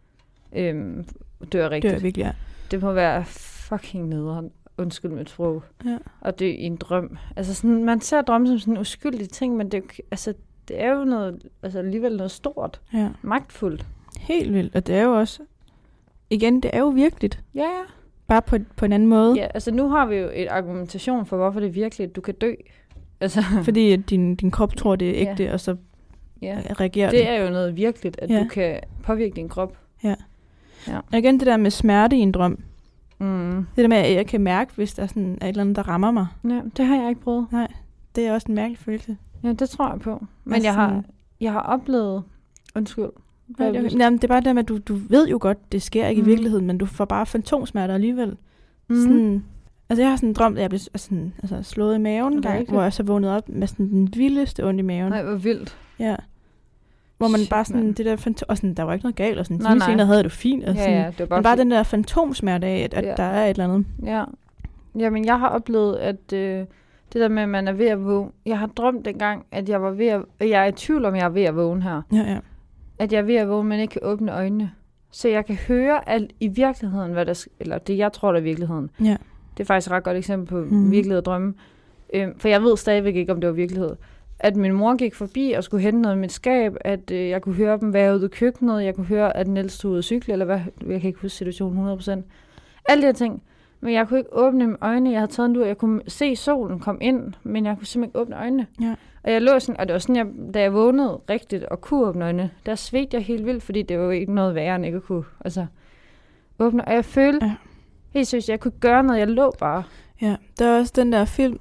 dør rigtigt. Dør virkelig, ja. Det må være fucking nederen. Undskyld mit sprog. Ja. Og det er en drøm. Altså sådan, man ser drømme som sådan en uskyldig ting, men det er jo noget, altså alligevel noget stort. Ja. Magtfuldt. Helt vildt. Og det er jo også, igen, det er jo virkeligt. Ja. Bare på en anden måde. Ja, altså nu har vi jo et argumentation for, hvorfor det er virkeligt, at du kan dø. Altså. Fordi at din krop tror, det er ægte, og så reagerer det. Det er jo noget virkeligt, at du kan påvirke din krop. Ja. Og igen det der med smerte i en drøm. Det der med, at jeg kan mærke, hvis der sådan er et eller andet, der rammer mig. Ja, det har jeg ikke prøvet. Nej, det er også en mærkelig følelse. Ja, det tror jeg på. Men altså, jeg har oplevet... Undskyld. Jamen, det er bare det med, at du ved jo godt, det sker ikke i virkeligheden, men du får bare fantomsmerter alligevel. Sådan, altså jeg har sådan en drøm, at jeg blev sådan, slået i maven, hvor jeg så vågnede op med sådan den vildeste ondt i maven. Nej, hvor vildt. Ja. Hvor man bare sådan, det der og sådan, der var ikke noget galt, og sådan, en time senere havde du fint, og sådan, det var bare den der fantomsmerte af, at der er et eller andet. Ja. Jamen, jeg har oplevet, at det der med, at man er ved at vågne, jeg har drømt dengang, at jeg var ved at, jeg er i tvivl om, jeg er ved at vågne her. Ja. At jeg er ved at vågne, men ikke kan åbne øjnene. Så jeg kan høre alt i virkeligheden, eller det, jeg tror, der er virkeligheden. Ja. Det er faktisk et ret godt eksempel på virkelighed og drømme. For jeg ved stadigvæk ikke, om det var virkelighed. At min mor gik forbi og skulle hente noget i mit skab, at jeg kunne høre dem være ude i køkkenet, jeg kunne høre, at Niels stod ude at cykle, eller hvad, jeg kan ikke huske situationen 100%. Alle de her ting. Men jeg kunne ikke åbne mine øjne, jeg havde taget en lur, jeg kunne se solen komme ind, men jeg kunne simpelthen ikke åbne øjnene. Ja. Og jeg lå sådan, og det var sådan, da jeg vågnede rigtigt og kunne åbne øjnene, der svedte jeg helt vildt, fordi det var jo ikke noget værre, end ikke at kunne åbne. Og jeg følte helt seriøst, jeg kunne gøre noget, jeg lå bare. Ja, der er også den der film,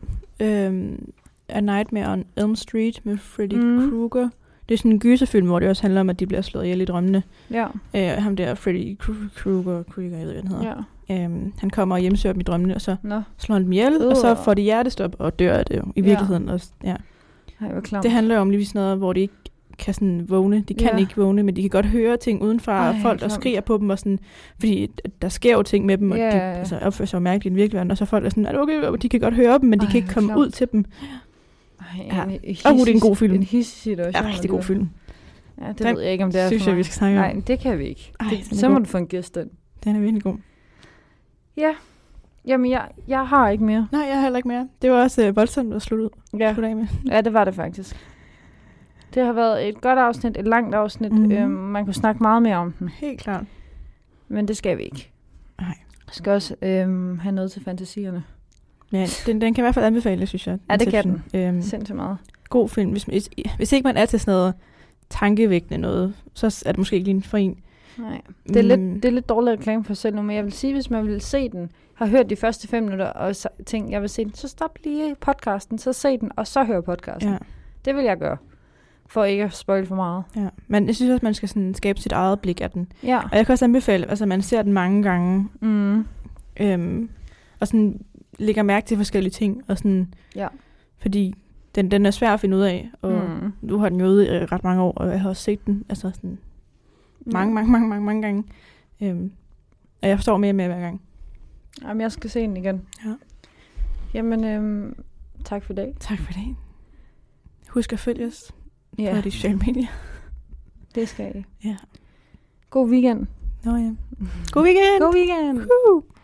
A Nightmare on Elm Street med Freddy Krueger. Det er sådan en gyserfilm, hvor det også handler om, at de bliver slået ihjel i drømmene. Ja. Ham der, Freddy Krueger, jeg ved, hvad han hedder. Ja. Han kommer og hjemsøger dem i drømmene, og så slår han dem ihjel, og så får de hjertestop og dør af det jo, i virkeligheden. Også, ja. Ej, det handler jo om lige sådan noget, hvor de ikke kan sådan vågne. De kan ikke vågne, men de kan godt høre ting udenfra, folk der skriger på dem, og sådan, fordi der sker jo ting med dem, og de opfører sig mærkeligt i en virkeligheden, og så folk er sådan, okay, de kan godt høre dem, men de kan ikke komme ud til dem. Det er en god film. En hissig situation. Ja, rigtig god film. Ja, det ved jeg ikke, om det er synes jeg, vi skal snakke om. Nej, det kan vi ikke. Så må du få en gæst den. Den er virkelig god. Ja. Jamen, jeg har ikke mere. Nej, jeg har heller ikke mere. Det var også voldsomt at slutte af med. Ja, det var det faktisk. Det har været et godt afsnit, et langt afsnit. Man kunne snakke meget mere om den. Helt klart. Men det skal vi ikke. Nej. Vi skal også have noget til fantasierne. Ja, den kan i hvert fald anbefale, synes jeg. Ja, det kan den. Sindssygt meget. God film. Hvis ikke man er til sådan noget tankevækkende noget, så er det måske ikke lige for en. Nej, det er lidt dårlig reklame for selv nu, men jeg vil sige, hvis man vil se den har hørt de første 5 minutter, og tænkt, jeg vil se den, så stop lige podcasten, så se den, og så hør podcasten. Ja. Det vil jeg gøre, for ikke at spoil for meget. Ja, men jeg synes også, man skal sådan skabe sit eget blik af den. Ja. Og jeg kan også anbefale, altså man ser den mange gange, og sådan lægger mærke til forskellige ting, og sådan, fordi den er svær at finde ud af, og du har den jo ude i ret mange år, og jeg har også set den, altså sådan mange gange. Og jeg forstår mere og mere hver gang. Jamen, jeg skal se den igen. Ja. Jamen, tak for i dag. Tak for i dag. Husk at følge os på de sociale medier. Det skal I. Ja. God weekend. Nå ja. God weekend. God weekend.